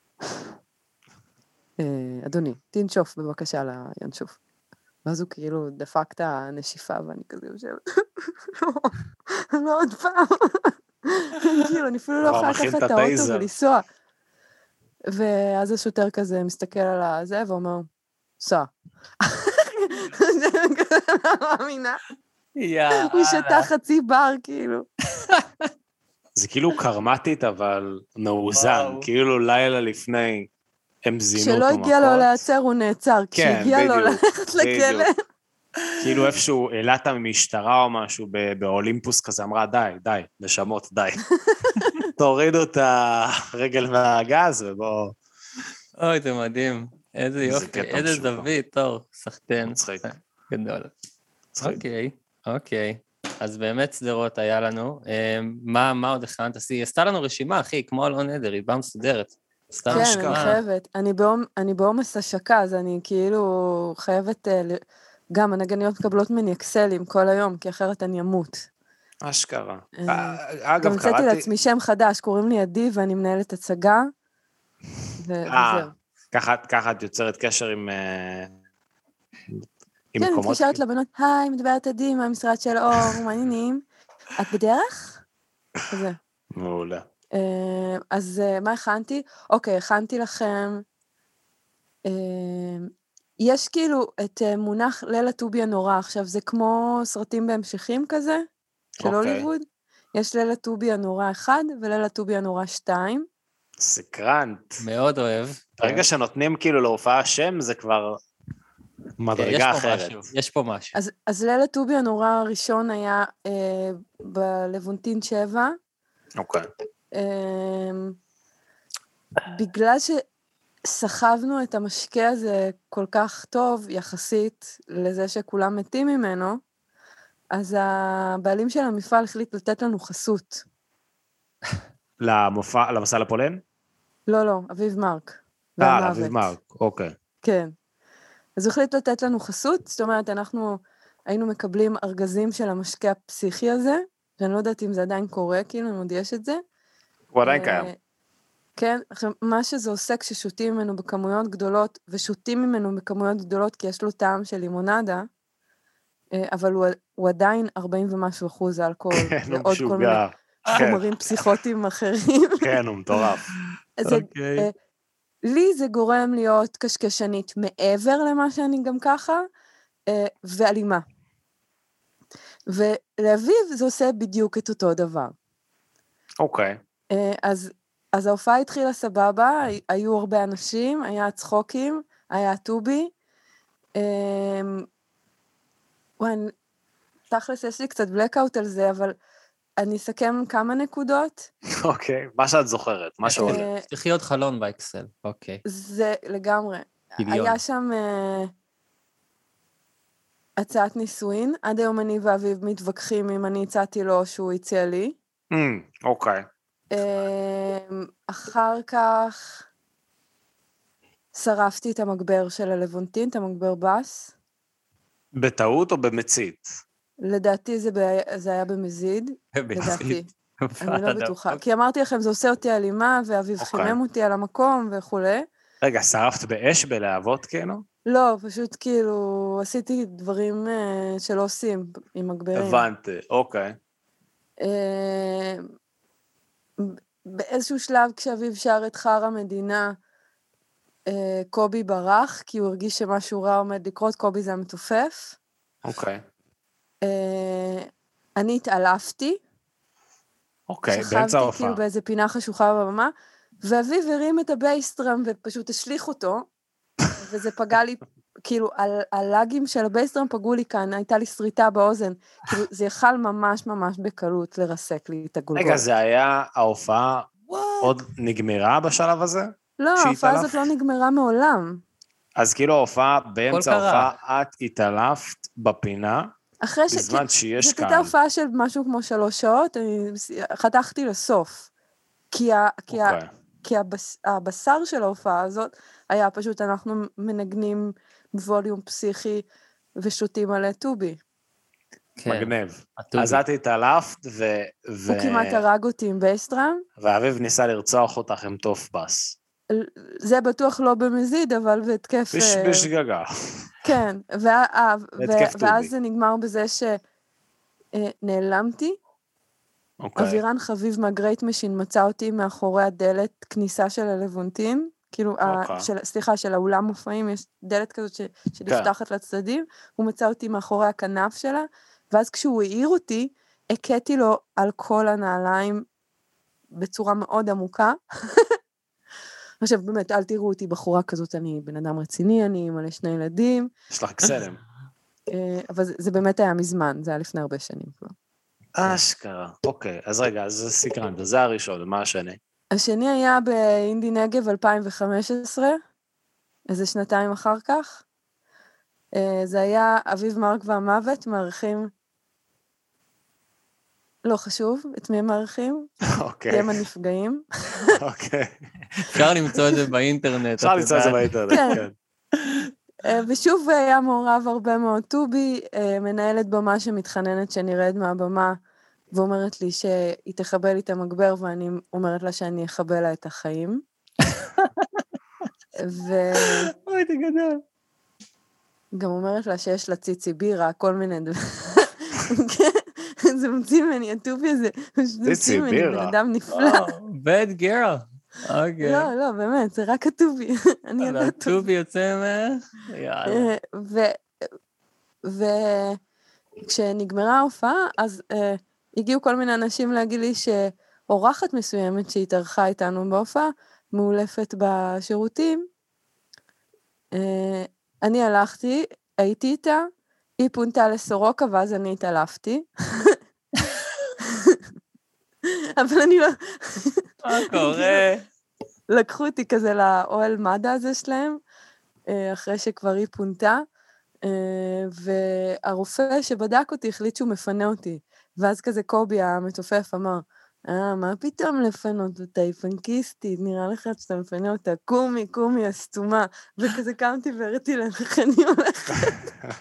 אדוני, תנשוף בבקשה לינשוף. ואז הוא כאילו דפק את הנשיפה, ואני כזה יושבת, לא עוד פעם. כאילו, אני אפילו לא יכולה לקחת את האוטו ולנסוע. ואז השוטר כזה מסתכל על הזה, ואומר, סע. זה כזה לא מאמינה. הוא שתה חצי בר, כאילו. זה כאילו קרמטית, אבל מאוזן, כאילו לילה לפני, הם זינו אותו מכות. כשלא הגיע לו להיעצר, הוא נעצר, כשהגיע לו ללכת לכלא. כאילו איפשהו העלת ממשטרה או משהו באולימפוס כזה, אמרה, די, די, נשמות, די. תורידו את הרגל מהגז ובואו. אוי, זה מדהים. איזה יופי, איזה זווית, טוב, סחטן. מצחיק. גדול. אוקיי, אוקיי. אז באמת סדרות היה לנו. מה, מה עוד הכנת? היא עשתה לנו רשימה, אחי, כמו אלון עדר, היא באה מסודרת. כן, אני חייבת. אני בעומס השקה, אז אני כאילו חייבת, גם הנגניות מקבלות ממני אקסלים כל היום, כי אחרת אני אמות. אשכרה. אגב, גם מצאתי לעצמי שם חדש, קוראים לי עדי, ואני מנהלת הצגה, וזהו. ככה את יוצרת קשר עם... כן, מתקשרת לבנות, היי, מדברת עדי מהמשרד של אור, מעניינים. את בדרך? כזה. מעולה. אז מה הכנתי? אוקיי, הכנתי לכם, יש כאילו את מונח ליל הטובי הנורא, עכשיו זה כמו סרטים בהמשכים כזה, של הוליווד, יש ליל הטובי הנורא אחד וליל הטובי הנורא שתיים. סקרנט. מאוד אוהב. ברגע שנותנים כאילו להופעה שם, זה כבר מדרגה אחרת. יש פה משהו. אז ליל הטובי הנורא הראשון היה בלוונטין שבע. אוקיי. בגלל שסחבנו את המשקה הזה כל כך טוב יחסית לזה שכולם מתים ממנו, אז הבעלים של המפעל החליט לתת לנו חסות. למופע, למסע לפולין? לא, לא, אביב מרק. אה, אביב מרק, אוקיי. כן. אז הוא החליט לתת לנו חסות, זאת אומרת, אנחנו היינו מקבלים ארגזים של המשקה הפסיכי הזה, שאני לא יודעת אם זה עדיין קורה, כאילו, אם עוד יש את זה. הוא עדיין קיים. כן, עכשיו, מה שזה עושה כששותים ממנו בכמויות גדולות, ושותים ממנו בכמויות גדולות, כי יש לו טעם של לימונדה, אבל הוא, הוא עדיין ארבעים ומשהו אחוז אלכוהול. כן, הוא ועוד משוגע. כל מיני חומרים פסיכוטיים אחרים. כן, הוא מטורף. אז לי זה גורם להיות קשקשנית מעבר למה שאני גם ככה, ואלימה. ולאביב זה עושה בדיוק את אותו דבר. אוקיי. אז, אז ההופעה התחילה סבבה, היו הרבה אנשים, היה צחוקים, היה טובי. וואי, תכלס יש לי קצת בלקאוט על זה, אבל אני אסכם כמה נקודות. אוקיי, מה שאת זוכרת, מה שעולה. תחי עוד חלון באקסל, אוקיי. זה לגמרי. היה שם הצעת נישואין, עד היום אני ואביב מתווכחים אם אני הצעתי לו שהוא הציע לי. אוקיי. אחר כך שרפתי את המגבר של הלוונטין, את המגבר בס. בטעות או במצית? לדעתי זה, ב... זה היה במזיד. לדעתי. אני לא בטוחה. כי אמרתי לכם, זה עושה אותי אלימה, ואביב okay. חימם אותי על המקום וכו'. רגע, שרפת באש בלהבות כאילו? לא, פשוט כאילו, עשיתי דברים uh, שלא עושים עם מגברים. הבנתי, אוקיי. Uh, באיזשהו שלב, כשאביב שר את חר המדינה, uh, קובי ברח, כי הוא הרגיש שמשהו רע עומד לקרות, קובי זה המתופף. אוקיי. Uh, אני התעלפתי. אוקיי, באמצע ההופעה. שכבתי כאילו באיזה פינה חשוכה בבמה, ואביב הרים את הבייסטרם ופשוט השליך אותו, וזה פגע לי, כאילו, הלאגים של הבייסטרם פגעו לי כאן, הייתה לי שריטה באוזן, כאילו, זה יכל ממש ממש בקלות לרסק לי את הגולגול. רגע, זה היה ההופעה עוד נגמרה בשלב הזה? לא, ההופעה הזאת לא נגמרה מעולם. אז כאילו ההופעה, באמצע ההופעה, את התעלפת בפינה, אחרי ש... בזמן שיש זאת כאן. הייתה הופעה של משהו כמו שלוש שעות, אני חתכתי לסוף. כי, ה... כי, ה... כי הבס... הבשר של ההופעה הזאת היה פשוט, אנחנו מנגנים בווליום פסיכי ושותים עלי טובי. כן. מגנב. אז את התעלפת ו... הוא ו... כמעט הרג אותי עם בייסטרם. ואביב ניסה לרצוח אותך עם תוף בס. זה בטוח לא במזיד, אבל בהתקף... בש... בשגגה. כן, וה... ו... ואז זה נגמר בזה שנעלמתי. אוקיי. אבירן חביב מהגרייט משין מצא אותי מאחורי הדלת כניסה של הלוונטין, כאילו, אוקיי. ה... של... סליחה, של האולם מופעים, יש דלת כזאת ש... שנפתחת כן. לצדדים, הוא מצא אותי מאחורי הכנף שלה, ואז כשהוא העיר אותי, הקטתי לו על כל הנעליים בצורה מאוד עמוקה. עכשיו, באמת, אל תראו אותי בחורה כזאת, אני בן אדם רציני, אני מלא שני ילדים. יש לך קסלם. אבל זה, זה באמת היה מזמן, זה היה לפני הרבה שנים כבר. אשכרה, אוקיי, אז רגע, אז סקרנת, זה הראשון, מה השני? השני היה באינדי נגב אלפיים וחמש עשרה, איזה שנתיים אחר כך. זה היה אביב מרק והמוות, מערכים... לא חשוב, את מי הם מערכים? אוקיי. כי הם הנפגעים. אוקיי. אפשר למצוא את זה באינטרנט. אפשר למצוא את זה באינטרנט, כן. ושוב היה מעורב הרבה מאוד טובי, מנהלת במה שמתחננת שנרד מהבמה, ואומרת לי שהיא תחבל לי את המגבר, ואני אומרת לה שאני אחבל לה את החיים. ו... אוי, זה גדול. גם אומרת לה שיש לה ציצי בירה, כל מיני דברים. זה מוציא ממני, הטובי הזה, ציצי בירה. בן אדם נפלא. bad girl. אוקיי. לא, לא, באמת, זה רק הטובי. אני יודעת. הטובי יוצא ממך? יאללה. וכשנגמרה ההופעה, אז הגיעו כל מיני אנשים להגיד לי שאורחת מסוימת שהתארחה איתנו בהופעה, מאולפת בשירותים, אני הלכתי, הייתי איתה, היא פונתה לסורוקה, ואז אני התעלפתי. אבל אני לא... מה קורה? לקחו אותי כזה לאוהל מד"א הזה שלהם, אחרי שכבר היא פונתה, והרופא שבדק אותי החליט שהוא מפנה אותי. ואז כזה קובי המתופף אמר, אה, מה פתאום לפנות אותה? היא פנקיסטית, נראה לך שאתה מפנה אותה, קומי, קומי, הסתומה. וכזה קמתי והראיתי להם איך אני הולכת.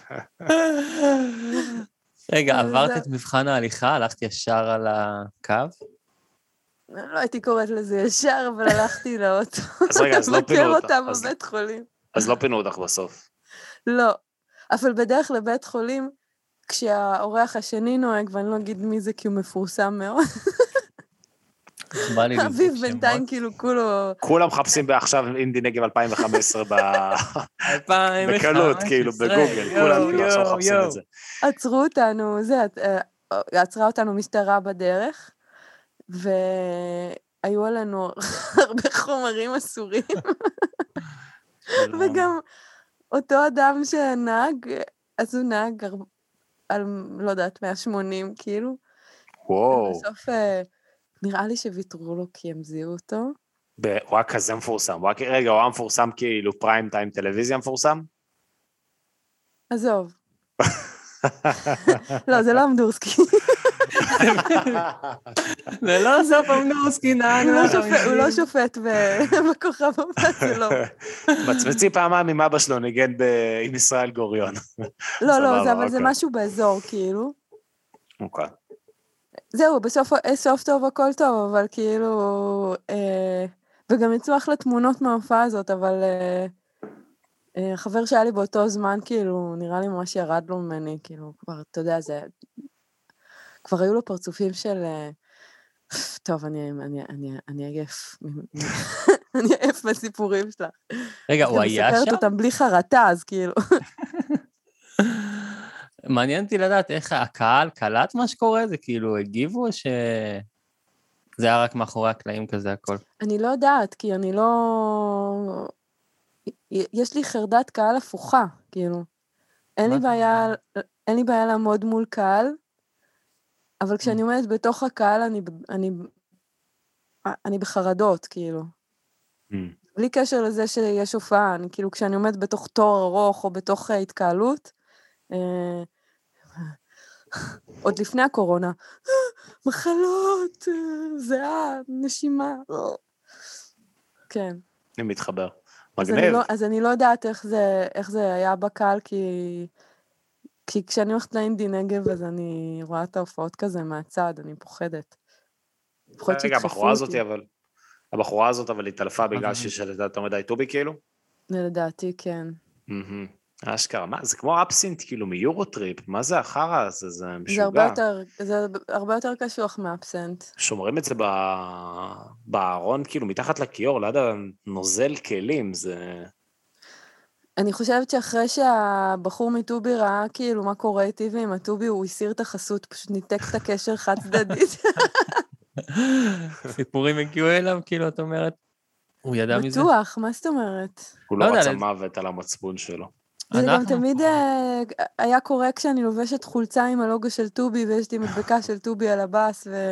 רגע, עברת את מבחן ההליכה? הלכת ישר על הקו? לא הייתי קוראת לזה ישר, אבל הלכתי לאוטו. אז רגע, אז לא פינו אותך. לבקר אותה בבית חולים. אז לא פינו אותך בסוף. לא, אבל בדרך לבית חולים, כשהאורח השני נוהג, ואני לא אגיד מי זה כי הוא מפורסם מאוד, אביב בינתיים כאילו כולו... כולם מחפשים בעכשיו אינדי נגב אלפיים וחמש עשרה בקלות, כאילו בגוגל, כולם כאילו עכשיו מחפשים את זה. עצרו אותנו, זה, עצרה אותנו משטרה בדרך, והיו עלינו הרבה חומרים אסורים, וגם אותו אדם שנהג, אז הוא נהג על, לא יודעת, מאה ושמונים כאילו. וואו. ובסוף... נראה לי שוויתרו לו כי הם זיהו אותו. הוא היה כזה מפורסם. רגע, הוא היה מפורסם כאילו פריים טיים טלוויזיה מפורסם? עזוב. לא, זה לא אמדורסקי. זה לא סוף אמנורסקי, נען. הוא לא שופט בכוכב הבא, זה לא. מצמצי פעמיים עם אבא שלו ניגן עם ישראל גוריון. לא, לא, אבל זה משהו באזור, כאילו. אוקיי. זהו, בסוף סוף טוב הכל טוב, אבל כאילו, וגם יצאו אחלה תמונות מההופעה הזאת, אבל חבר שהיה לי באותו זמן, כאילו, נראה לי ממש ירד לו ממני, כאילו, כבר, אתה יודע, זה, כבר היו לו פרצופים של, טוב, אני, אני, אני, אני אגף, אני אגף בסיפורים שלה. רגע, הוא היה שם? אני מספרת אותם בלי חרטה, אז כאילו. מעניין אותי לדעת איך הקהל קלט מה שקורה, זה כאילו הגיבו או שזה היה רק מאחורי הקלעים כזה הכל? אני לא יודעת, כי אני לא... יש לי חרדת קהל הפוכה, כאילו. אין לי בעיה, אין לי בעיה לעמוד מול קהל, אבל כשאני עומדת בתוך הקהל, אני, אני, אני בחרדות, כאילו. בלי קשר לזה שיש הופעה, אני כאילו, כשאני עומדת בתוך תור ארוך או בתוך התקהלות, עוד לפני הקורונה, מחלות, זהה, נשימה. כן. אני מתחבר. מגניב. אז אני לא יודעת איך זה היה בקהל, כי כשאני הולכת לאינדי נגב, אז אני רואה את ההופעות כזה מהצד, אני פוחדת. רגע, הבחורה הזאת, אבל... הבחורה הזאת, אבל היא תלפה בגלל ששלטה יותר מדי טובי, כאילו? לדעתי, כן. אשכרה, מה? זה כמו אפסינט, כאילו, מיורוטריפ, מה זה החרא הזה? זה משוגע. זה הרבה יותר, זה הרבה יותר קשוח מאפסנט. שומרים את זה בארון, כאילו, מתחת לכיור, ליד הנוזל כלים, זה... אני חושבת שאחרי שהבחור מטובי ראה, כאילו, מה קורה איתי ועם הטובי, הוא הסיר את החסות, פשוט ניתק את הקשר חד צדדית. סיפורים הגיעו אליו, כאילו, את אומרת, הוא ידע מזה? בטוח, מה זאת אומרת? הוא לא רצה מוות על המצפון שלו. זה גם תמיד היה קורה כשאני לובשת חולצה עם הלוגו של טובי, ויש לי מדבקה של טובי על הבאס, ו...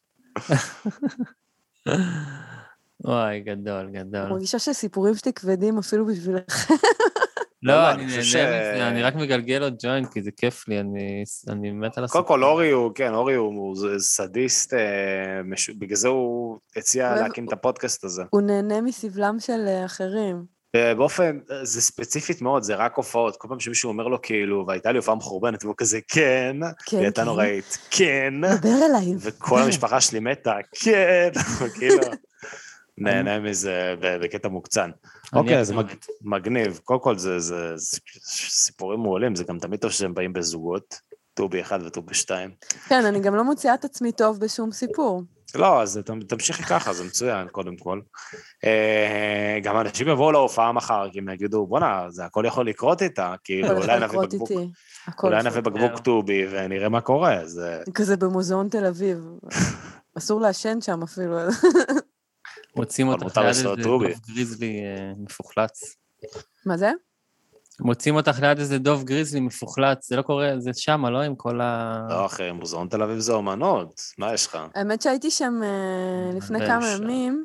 וואי, גדול, גדול. אני מרגישה שסיפורים שלי כבדים אפילו בשבילך. לא, אני נהנה מזה, אני רק מגלגל לו ג'וינט, כי זה כיף לי, אני מת על הסיפור. קודם כל, אורי הוא, כן, אורי הוא סדיסט, בגלל זה הוא הציע להקים את הפודקאסט הזה. הוא נהנה מסבלם של אחרים. באופן, זה ספציפית מאוד, זה רק הופעות, כל פעם שמישהו אומר לו כאילו, והייתה לי הופעה מחורבנת, והוא כזה, כן, והיא הייתה נוראית, כן, דבר אליי. וכל המשפחה שלי מתה, כן, כאילו, נהנה מזה בקטע מוקצן. אוקיי, זה מגניב, קודם כל זה סיפורים מעולים, זה גם תמיד טוב שהם באים בזוגות, טובי אחד וטובי שתיים. כן, אני גם לא מוציאה את עצמי טוב בשום סיפור. לא, אז תמשיכי ככה, זה מצוין, קודם כל. גם אנשים יבואו להופעה מחר, כי הם יגידו, בוא'נה, זה הכל יכול לקרות איתה, כאילו, אולי נביא בקבוק טובי, ונראה מה קורה. כזה במוזיאון תל אביב. אסור לעשן שם אפילו. מוצאים אותך ליד איזה דוב גריזלי מפוחלץ. מה זה? מוצאים אותך ליד איזה דוב גריזלי מפוחלץ, זה לא קורה, זה שם, לא עם כל ה... לא, אחי, מוזיאון תל אביב זה אומנות, מה יש לך? האמת שהייתי שם לפני כמה ימים,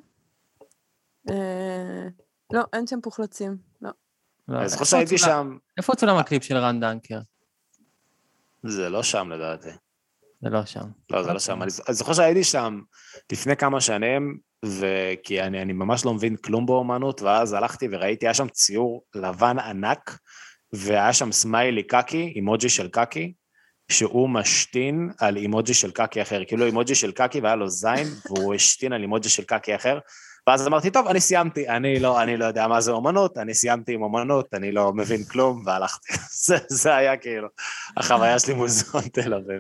לא, אין שם פוחלצים, לא. אני זוכר שהייתי שם... איפה צולם הקליפ של רן דנקר? זה לא שם לדעתי. זה לא שם. לא, זה לא שם. אני זוכר שהייתי שם לפני כמה שנים, וכי אני, אני ממש לא מבין כלום באומנות, ואז הלכתי וראיתי, היה שם ציור לבן ענק, והיה שם סמיילי קקי, אימוג'י של קקי, שהוא משתין על אימוג'י של קקי אחר, כאילו אימוג'י של קקי והיה לו זין, והוא השתין על אימוג'י של קקי אחר, ואז אמרתי, טוב, אני סיימתי, אני לא, אני לא יודע מה זה אומנות, אני סיימתי עם אומנות, אני לא מבין כלום, והלכתי. זה, זה היה כאילו, החוויה שלי מוזיאון תל אביב.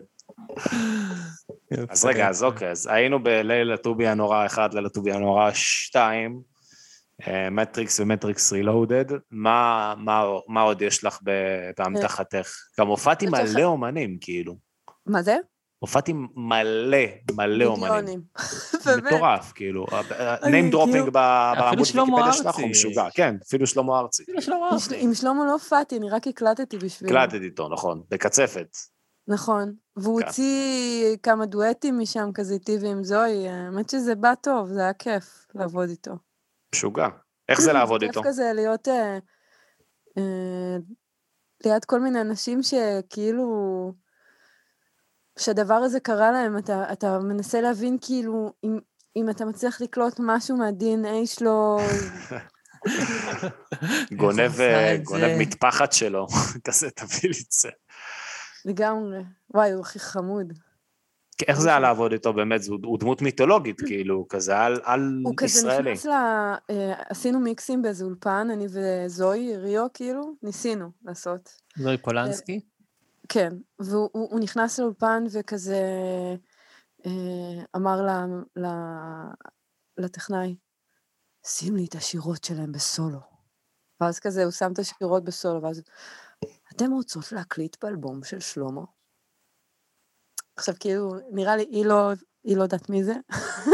אז רגע, אז אוקיי, אז היינו בליל הטובי הנורא אחד, ליל הטובי הנורא שתיים, מטריקס ומטריקס רילודד, מה, מה, מה עוד יש לך באמתחתך? גם הופעתי מלא אומנים, כאילו. מה זה? הופעתי מלא, מלא אומנים. מטורף, כאילו. name dropping בעמוד ויקיפדיה שלך הוא משוגע. כן, אפילו שלמה ארצי. עם שלמה לא הופעתי, אני רק הקלטתי בשבילו. הקלטתי איתו, נכון, בקצפת. נכון, והוא הוציא כמה דואטים משם כזה טבעי עם זוהי, האמת שזה בא טוב, זה היה כיף לעבוד איתו. משוגע. איך זה לעבוד איתו? כיף כזה להיות ליד כל מיני אנשים שכאילו... שהדבר הזה קרה להם, אתה, אתה מנסה להבין כאילו, אם, אם אתה מצליח לקלוט משהו מה-די אן איי שלו... גונב, גונב מטפחת שלו, כזה תביא לי את זה. לגמרי, וואי, הוא הכי חמוד. איך זה היה לעבוד איתו באמת? הוא דמות מיתולוגית, כאילו, כזה על, על הוא ישראלי. כזה נכנס ל... עשינו מיקסים באיזה אולפן, אני וזוי, ריו, כאילו, ניסינו לעשות. זוי פולנסקי? כן, והוא הוא, הוא נכנס לאולפן וכזה אמר לה, לה, לטכנאי, שים לי את השירות שלהם בסולו. ואז כזה הוא שם את השירות בסולו, ואז, אתם רוצות להקליט באלבום של שלמה? עכשיו כאילו, נראה לי, היא לא, היא לא יודעת מי זה.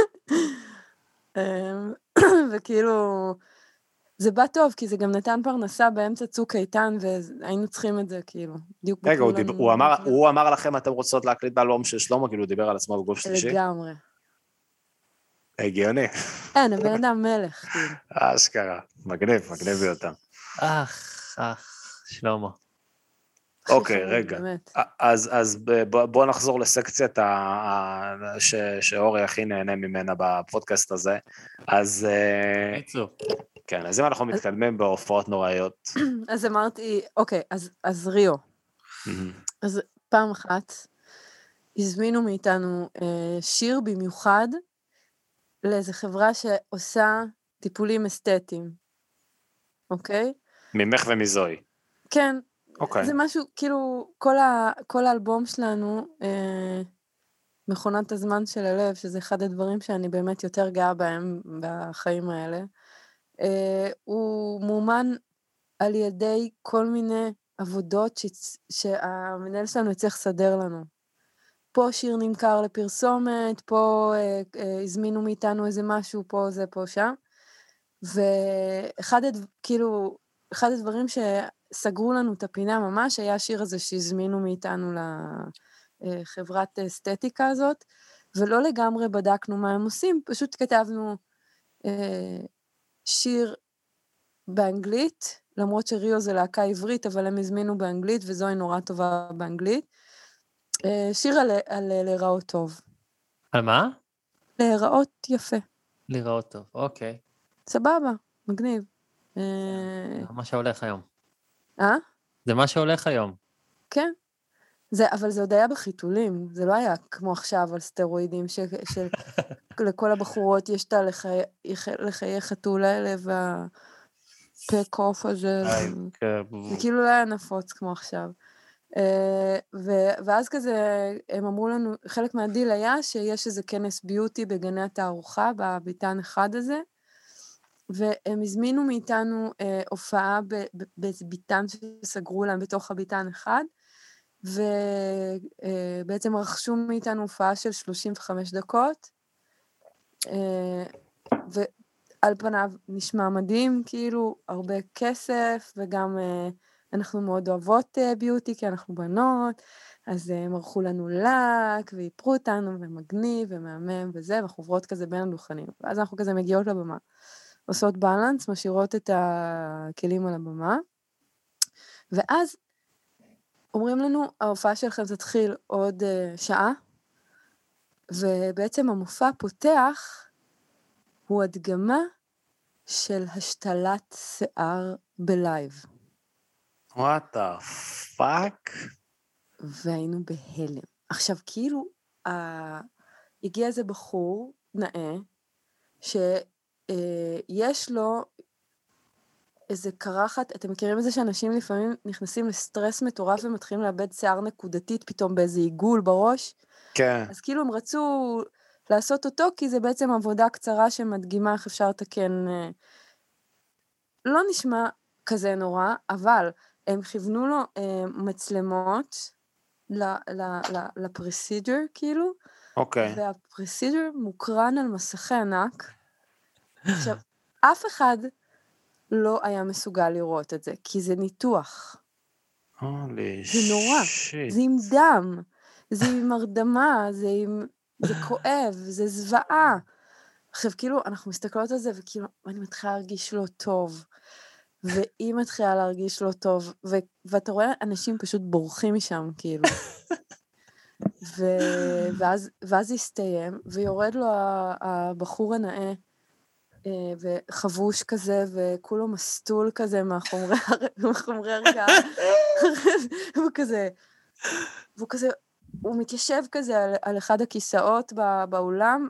וכאילו, זה בא טוב, כי זה גם נתן פרנסה באמצע צוק איתן, והיינו צריכים את זה, כאילו. רגע, הוא, דיבר, הוא, אמר, הוא אמר לכם, אתם רוצות להקליט באלבום של שלמה, כאילו הוא דיבר על עצמו בגוף שלישי? לגמרי. הגיוני. אין, הבן אדם מלך, כאילו. אשכרה, מגניב, מגניב ביותר. אך, אך, שלמה. אוקיי, רגע. אז, אז בוא נחזור לסקציית שאורי הכי נהנה ממנה בפודקאסט הזה. אז... כן, אז אם אנחנו מתקדמים בהופעות נוראיות. אז אמרתי, אוקיי, אז ריו. אז פעם אחת הזמינו מאיתנו שיר במיוחד לאיזו חברה שעושה טיפולים אסתטיים. אוקיי? ממך ומזוי. כן. Okay. זה משהו, כאילו, כל, ה, כל האלבום שלנו, אה, מכונת הזמן של הלב, שזה אחד הדברים שאני באמת יותר גאה בהם בחיים האלה, אה, הוא מומן על ידי כל מיני עבודות ש, שהמנהל שלנו יצליח לסדר לנו. פה שיר נמכר לפרסומת, פה אה, אה, הזמינו מאיתנו איזה משהו, פה זה, פה שם. ואחד הדברים, כאילו, אחד הדברים ש... סגרו לנו את הפינה ממש, היה השיר הזה שהזמינו מאיתנו לחברת אסתטיקה הזאת, ולא לגמרי בדקנו מה הם עושים, פשוט כתבנו אה, שיר באנגלית, למרות שריו זה להקה עברית, אבל הם הזמינו באנגלית, וזוהי נורא טובה באנגלית, אה, שיר על, על להיראות טוב. על מה? להיראות יפה. להיראות טוב, אוקיי. סבבה, מגניב. אה... מה שהולך היום. אה? זה מה שהולך היום. כן. זה, אבל זה עוד היה בחיתולים, זה לא היה כמו עכשיו על סטרואידים, שלכל הבחורות יש את לחיי, לחיי חתול האלה, והפה קוף הזה, זה כאילו לא היה נפוץ כמו עכשיו. ואז כזה, הם אמרו לנו, חלק מהדיל היה שיש איזה כנס ביוטי בגני התערוכה, בביתן אחד הזה, והם הזמינו מאיתנו אה, הופעה באיזה ביתן שסגרו להם בתוך הביתן אחד, ובעצם אה, רכשו מאיתנו הופעה של שלושים וחמש דקות, אה, ועל פניו נשמע מדהים, כאילו הרבה כסף, וגם אה, אנחנו מאוד אוהבות אה, ביוטי, כי אנחנו בנות, אז הם ערכו לנו לק, ויפרו אותנו, ומגניב, ומהמם, וזה, ואנחנו עוברות כזה בין הדוכנים, ואז אנחנו כזה מגיעות לבמה. עושות בלנס, משאירות את הכלים על הבמה, ואז אומרים לנו, ההופעה שלכם תתחיל עוד uh, שעה, ובעצם המופע פותח, הוא הדגמה של השתלת שיער בלייב. What the fuck? והיינו בהלם. עכשיו, כאילו, uh, הגיע איזה בחור נאה, ש... יש לו איזה קרחת, אתם מכירים את זה שאנשים לפעמים נכנסים לסטרס מטורף ומתחילים לאבד שיער נקודתית פתאום באיזה עיגול בראש? כן. אז כאילו הם רצו לעשות אותו, כי זה בעצם עבודה קצרה שמדגימה איך אפשר לתקן. לא נשמע כזה נורא, אבל הם כיוונו לו מצלמות לפרסיג'ר כאילו, אוקיי. והפרסיג'ר מוקרן על מסכי ענק, עכשיו, אף אחד לא היה מסוגל לראות את זה, כי זה ניתוח. זה נורא, זה עם דם, זה עם הרדמה, זה, עם... זה כואב, זה זוועה. עכשיו, כאילו, אנחנו מסתכלות על זה, וכאילו, אני מתחילה להרגיש לא טוב, והיא מתחילה להרגיש לא טוב, ו... ואתה רואה אנשים פשוט בורחים משם, כאילו. ואז, ואז זה הסתיים, ויורד לו הבחור הנאה, וחבוש כזה, וכולו מסטול כזה מהחומרי הרגעה. והוא כזה, והוא כזה, הוא מתיישב כזה על, על אחד הכיסאות באולם,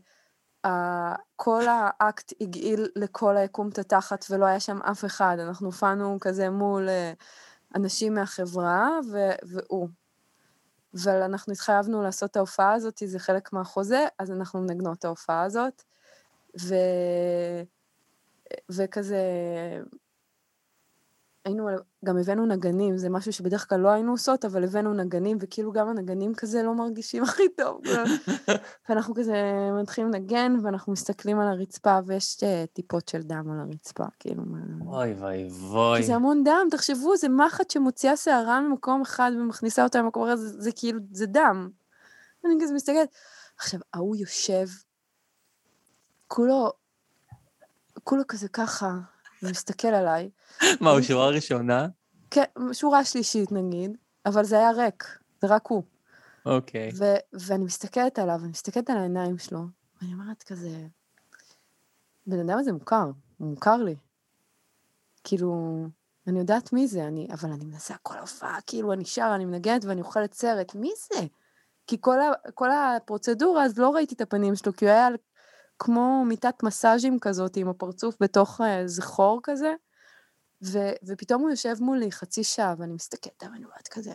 וכל האקט הגעיל לכל היקום את התחת, ולא היה שם אף אחד. אנחנו הופענו כזה מול אנשים מהחברה, והוא. ואנחנו התחייבנו לעשות את ההופעה הזאת, זה חלק מהחוזה, אז אנחנו נגנות את ההופעה הזאת, ו... וכזה, היינו, גם הבאנו נגנים, זה משהו שבדרך כלל לא היינו עושות, אבל הבאנו נגנים, וכאילו גם הנגנים כזה לא מרגישים הכי טוב. ואנחנו כזה מתחילים לנגן, ואנחנו מסתכלים על הרצפה, ויש טיפות של דם על הרצפה, כאילו. אוי ואי ואי. כי זה המון דם, תחשבו, זה מחט שמוציאה שערה ממקום אחד, ומכניסה אותה למקום אחר, זה, זה כאילו, זה דם. אני כזה מסתכלת. עכשיו, ההוא יושב, כולו, כולו כזה ככה, ומסתכל עליי. מה, הוא שורה ראשונה? כן, שורה שלישית נגיד, אבל זה היה ריק, זה רק הוא. אוקיי. ו- ואני מסתכלת עליו, ואני מסתכלת על העיניים שלו, ואני אומרת כזה, בן אדם הזה מוכר, הוא מוכר לי. כאילו, אני יודעת מי זה, אני, אבל אני מנסה כל הופעה, כאילו אני שר, אני מנגנת ואני אוכלת סרט, מי זה? כי כל, ה- כל הפרוצדורה, אז לא ראיתי את הפנים שלו, כי הוא היה כמו מיטת מסאז'ים כזאת, עם הפרצוף בתוך איזה חור כזה, ו- ופתאום הוא יושב מולי חצי שעה, ואני מסתכלת, ואני אומרת כזה,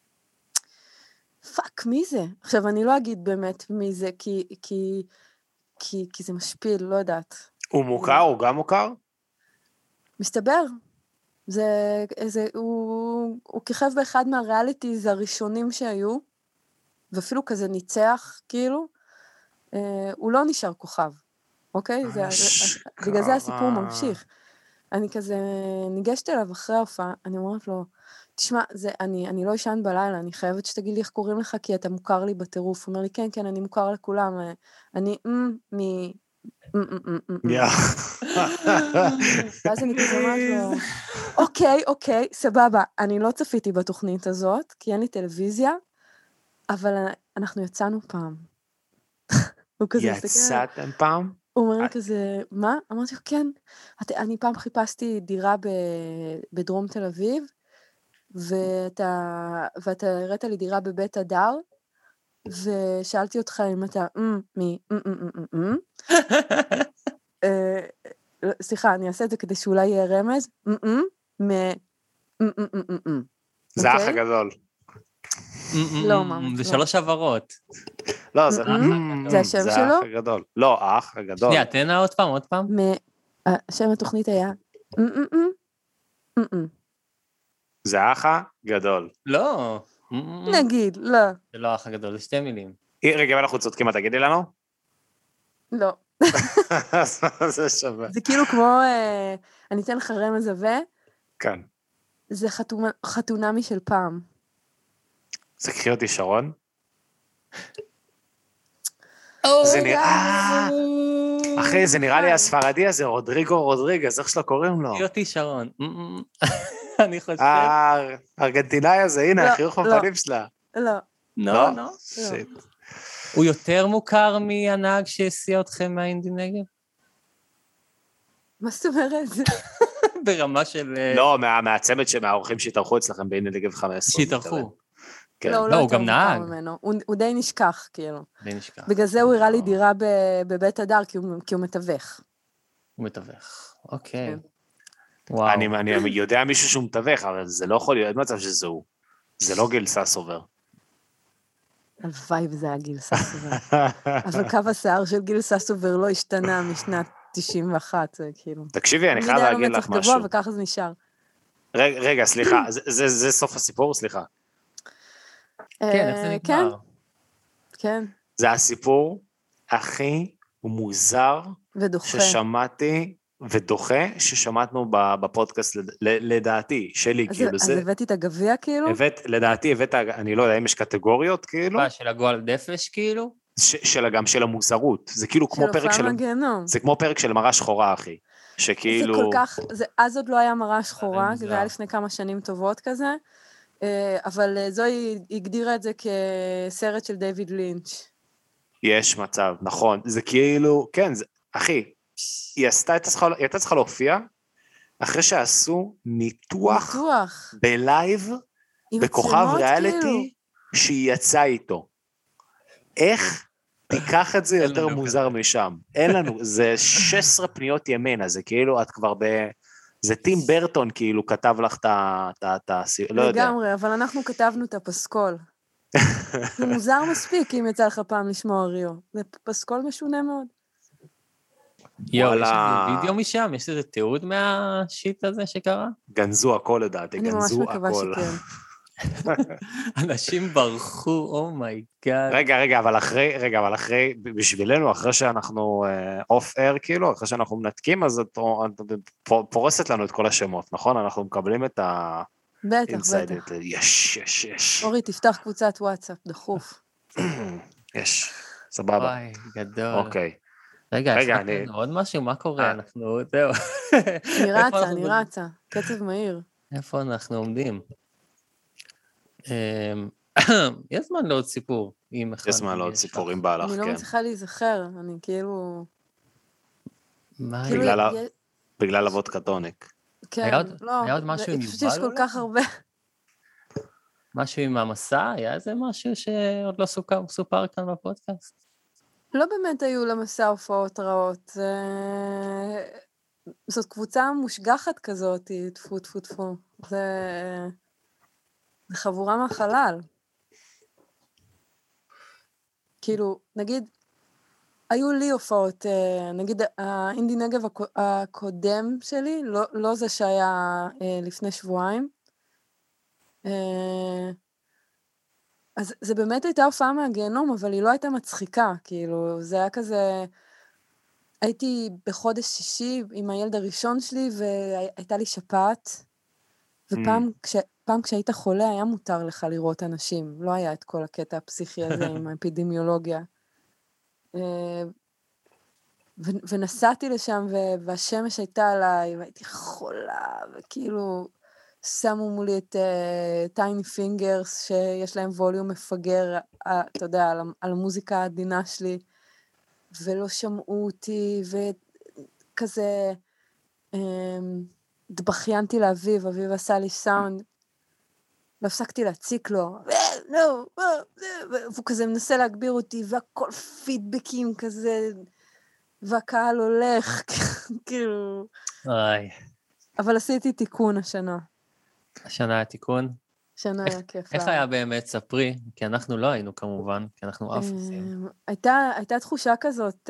פאק, מי זה? עכשיו, אני לא אגיד באמת מי זה, כי, כי, כי, כי זה משפיל, לא יודעת. הוא מוכר? הוא גם מוכר? מסתבר. זה, זה, הוא, הוא כיכב באחד מהריאליטיז הראשונים שהיו, ואפילו כזה ניצח, כאילו, אה, הוא לא נשאר כוכב, אוקיי? זה, בגלל זה הסיפור ממשיך. אני כזה ניגשת אליו אחרי ההופעה, אני אומרת לו, תשמע, זה, אני, אני לא ישן בלילה, אני חייבת שתגיד לי איך קוראים לך, כי אתה מוכר לי בטירוף. הוא אומר לי, כן, כן, אני מוכר לכולם, אני, מ, מ, ואז אני כזה אומרת לו, אוקיי, אוקיי, סבבה, אני לא צפיתי בתוכנית הזאת, כי אין לי טלוויזיה, אבל אנחנו יצאנו פעם. יצאתם פעם? הוא אומר לי כזה, מה? אמרתי לו, כן, אני פעם חיפשתי דירה בדרום תל אביב, ואתה הראת לי דירה בבית הדר, ושאלתי אותך אם אתה, מי, סליחה, אני אעשה את זה כדי שאולי יהיה רמז, מ, זה האח הגדול. לא, ממש. זה שלוש עברות. לא, זה השם שלו? זה האח הגדול. לא, האח הגדול. שנייה, תהנה עוד פעם, עוד פעם. שם התוכנית היה, זה האח הגדול. לא. נגיד, לא. זה לא האח הגדול, זה שתי מילים. רגע, אם אנחנו צודקים, מה תגידי לנו? לא. זה שווה. זה כאילו כמו, אני אתן לך רמז עבה. כן. זה חתונמי של פעם. זה קחי אותי שרון? זה נראה... אחי, זה נראה לי הספרדי הזה, רודריגו רודריגז, איך שלא קוראים לו? קחי אותי שרון. אני חושב... הארגנטינאי הזה, הנה, החיוך בפנים שלה. לא. לא, לא. הוא יותר מוכר מהנהג שהסיע אתכם מהאינדי נגב? מה זאת אומרת? ברמה של... לא, מהצמד מהאורחים שהתארחו אצלכם באינדי נגב חמש עשרה. שהתארחו. לא, הוא גם נהג. הוא די נשכח, כאילו. די נשכח. בגלל זה הוא הראה לי דירה בבית הדר, כי הוא מתווך. הוא מתווך, אוקיי. אני יודע מישהו שהוא מתווך, אבל זה לא יכול להיות מצב שזה הוא. זה לא גיל ססובר. הלוואי וזה היה גיל ססובר. אבל קו השיער של גיל ססובר לא השתנה משנת תשעים ואחת, זה כאילו... תקשיבי, אני חייב להגיד לך משהו. וככה זה נשאר. רגע, סליחה, זה סוף הסיפור, סליחה. כן, איך זה נגמר? כן. זה הסיפור הכי מוזר ששמעתי, ודוחה ששמענו בפודקאסט, לדעתי, שלי, כאילו זה... אז הבאתי את הגביע, כאילו? לדעתי, הבאת, אני לא יודע, אם יש קטגוריות, כאילו? מה, של הגועל דפש, כאילו? גם של המוזרות. זה כאילו כמו פרק של... זה כמו פרק של מראה שחורה, אחי. שכאילו... זה כל כך... אז עוד לא היה מראה שחורה, זה היה לפני כמה שנים טובות כזה, אבל זוהי הגדירה את זה כסרט של דיוויד לינץ'. יש מצב, נכון. זה כאילו, כן, זה, אחי, היא עשתה את השכה, היא הייתה צריכה להופיע, אחרי שעשו ניתוח, ניתוח. בלייב, בכוכב ריאליטי, כאילו. שהיא יצאה איתו. איך תיקח את זה יותר מוזר משם? אין לנו, זה שש עשרה פניות ימינה, זה כאילו, את כבר ב... זה טים ברטון כאילו כתב לך את ה... לא יודע. לגמרי, אבל אנחנו כתבנו את הפסקול. זה מוזר מספיק אם יצא לך פעם לשמוע ריו. זה פסקול משונה מאוד. יואו, יש איזה וידאו משם? יש איזה תיעוד מהשיט הזה שקרה? גנזו הכל לדעתי, גנזו הכל. אני ממש מקווה שכן. אנשים ברחו, אומייגאד. רגע, רגע, אבל אחרי, רגע, אבל אחרי, בשבילנו, אחרי שאנחנו אוף אייר, כאילו, אחרי שאנחנו מנתקים, אז את פורסת לנו את כל השמות, נכון? אנחנו מקבלים את ה... בטח, בטח. יש, יש, יש. אורי, תפתח קבוצת וואטסאפ, דחוף. יש, סבבה. וואי, גדול. אוקיי. רגע, יש לנו עוד משהו? מה קורה? אנחנו, זהו. אני רצה, אני רצה. קצב מהיר. איפה אנחנו עומדים? יש זמן לעוד סיפור. יש זמן לעוד סיפור, אם בא לך, כן. אני לא מצליחה להיזכר, אני כאילו... בגלל אבות קטוניק. כן, לא, היה עוד משהו עם פשוט יש כל כך הרבה. משהו עם המסע? היה איזה משהו שעוד לא סופר כאן בפודקאסט? לא באמת היו למסע הופעות רעות. זאת קבוצה מושגחת כזאת, תפו, תפו, תפו. זה... זה חבורה מהחלל. כאילו, נגיד, היו לי הופעות, נגיד, האינדי נגב הקודם שלי, לא, לא זה שהיה לפני שבועיים. אז זה באמת הייתה הופעה מהגיהנום, אבל היא לא הייתה מצחיקה, כאילו, זה היה כזה... הייתי בחודש שישי עם הילד הראשון שלי, והייתה לי שפעת, ופעם כש... פעם כשהיית חולה היה מותר לך לראות אנשים, לא היה את כל הקטע הפסיכי הזה עם האפידמיולוגיה. ו- ונסעתי לשם, ו- והשמש הייתה עליי, והייתי חולה, וכאילו שמו מולי את טייני uh, פינגרס, שיש להם ווליום מפגר, uh, אתה יודע, על, על המוזיקה העדינה שלי, ולא שמעו אותי, וכזה um, דבחיינתי לאביב, אביב עשה לי סאונד, והפסקתי להציק לו, והוא כזה מנסה להגביר אותי, והכל פידבקים כזה, והקהל הולך, כאילו... אבל עשיתי תיקון השנה. השנה היה תיקון? השנה היה כיף. איך היה באמת, ספרי? כי אנחנו לא היינו כמובן, כי אנחנו אף עושים. הייתה תחושה כזאת,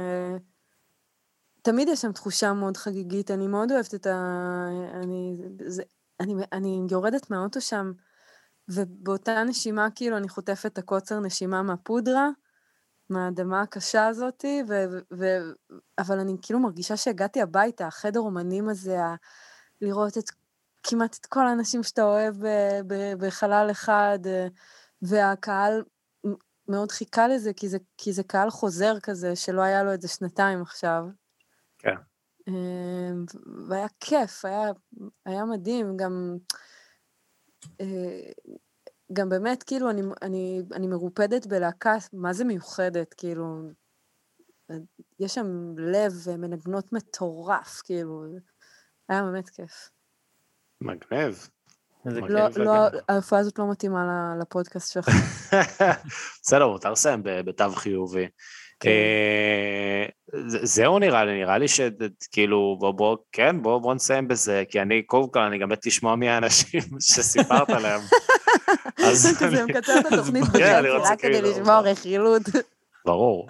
תמיד יש שם תחושה מאוד חגיגית, אני מאוד אוהבת את ה... אני, אני יורדת מהאוטו שם, ובאותה נשימה, כאילו, אני חוטפת את הקוצר נשימה מהפודרה, מהאדמה הקשה הזאת, ו, ו, אבל אני כאילו מרגישה שהגעתי הביתה, החדר אומנים הזה, ה, לראות את, כמעט את כל האנשים שאתה אוהב ב, ב, בחלל אחד, והקהל מאוד חיכה לזה, כי זה, כי זה קהל חוזר כזה, שלא היה לו את זה שנתיים עכשיו. כן. והיה כיף, היה, היה מדהים, גם, גם באמת, כאילו, אני, אני, אני מרופדת בלהקה, מה זה מיוחדת, כאילו, יש שם לב ומנגנות מטורף, כאילו, היה באמת כיף. מגניב. לא, לא, ההופעה הזאת לא מתאימה לפודקאסט שלך. בסדר, מותר לסיים בתו חיובי. זהו נראה לי, נראה לי שכאילו, בוא, בוא, כן, בוא, בוא נסיים בזה, כי אני, קודם כל, אני גם בית לשמוע מהאנשים שסיפרת עליהם. אז כזה, מקצר את התוכנית בחצי, רק כדי לשמוע רכילות. ברור.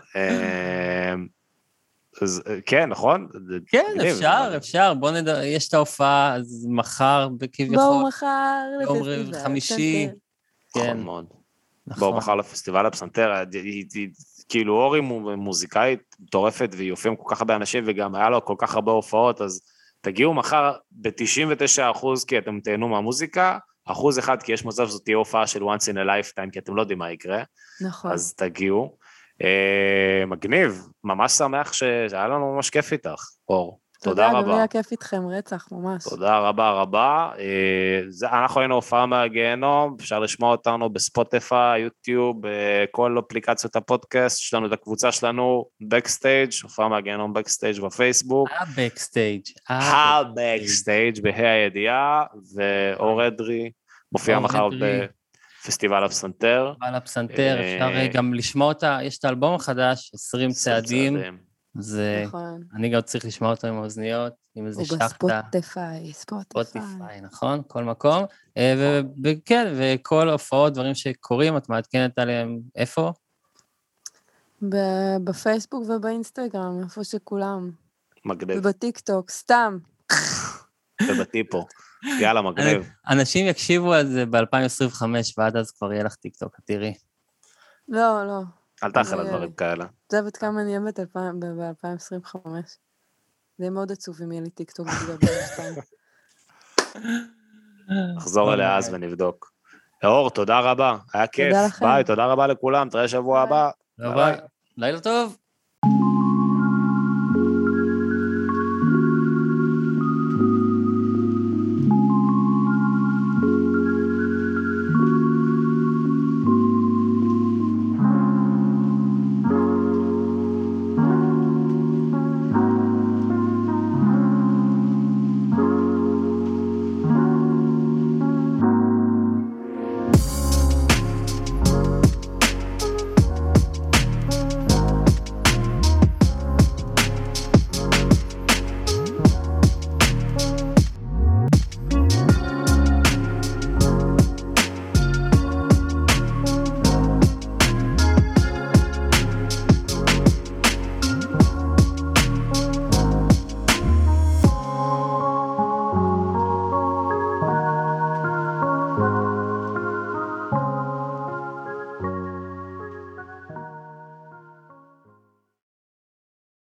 כן, נכון? כן, אפשר, אפשר, בוא נדע, יש את ההופעה, אז מחר, בכביכול. בואו מחר לפסטיבל. חמישי. נכון מאוד. בואו מחר לפסטיבל הפסנתר, כאילו אורי מוזיקאית מטורפת, והיא הופיעה עם כל כך הרבה אנשים, וגם היה לו כל כך הרבה הופעות, אז תגיעו מחר ב-תשעים ותשעה אחוז, כי אתם תהנו מהמוזיקה, אחוז אחד, כי יש מצב שזאת תהיה הופעה של once in a lifetime, כי אתם לא יודעים מה יקרה. נכון. אז תגיעו. אה, מגניב, ממש שמח שהיה לנו ממש כיף איתך, אור. תודה רבה. גם היה כיף איתכם, רצח, ממש. תודה רבה רבה. אנחנו היינו הופעה מהגיהנום, אפשר לשמוע אותנו בספוטיפיי, יוטיוב, בכל אפליקציות הפודקאסט, יש לנו את הקבוצה שלנו, בקסטייג', הופעה מהגיהנום בקסטייג' בפייסבוק. הבקסטייג'. הבקסטייג' בה"א הידיעה, ואור אדרי מופיע מחר בפסטיבל הפסנתר. פסטיבל הפסנתר, אפשר גם לשמוע אותה, יש את האלבום החדש, עשרים צעדים. זה, אני גם צריך לשמוע אותו עם האוזניות, עם איזה שחטה. הוא בספוטיפיי, ספוטיפיי, נכון? כל מקום. וכן, וכל הופעות, דברים שקורים, את מעדכנת עליהם איפה? בפייסבוק ובאינסטגרם, איפה שכולם. מגניב. ובטיקטוק, סתם. ובטיפו. יאללה, מגניב. אנשים יקשיבו על זה ב-אלפיים עשרים וחמש, ועד אז כבר יהיה לך טיקטוק, תראי. לא, לא. אל תאכל לדברים כאלה. זה בת כמה אני אוהבת ב-אלפיים עשרים וחמש. זה יהיה מאוד עצוב אם יהיה לי טיקטוק בגיל שתיים. נחזור אליה אז ונבדוק. אור, תודה רבה, היה כיף. ביי, תודה רבה לכולם, תראה שבוע הבא. ביי. לילה טוב.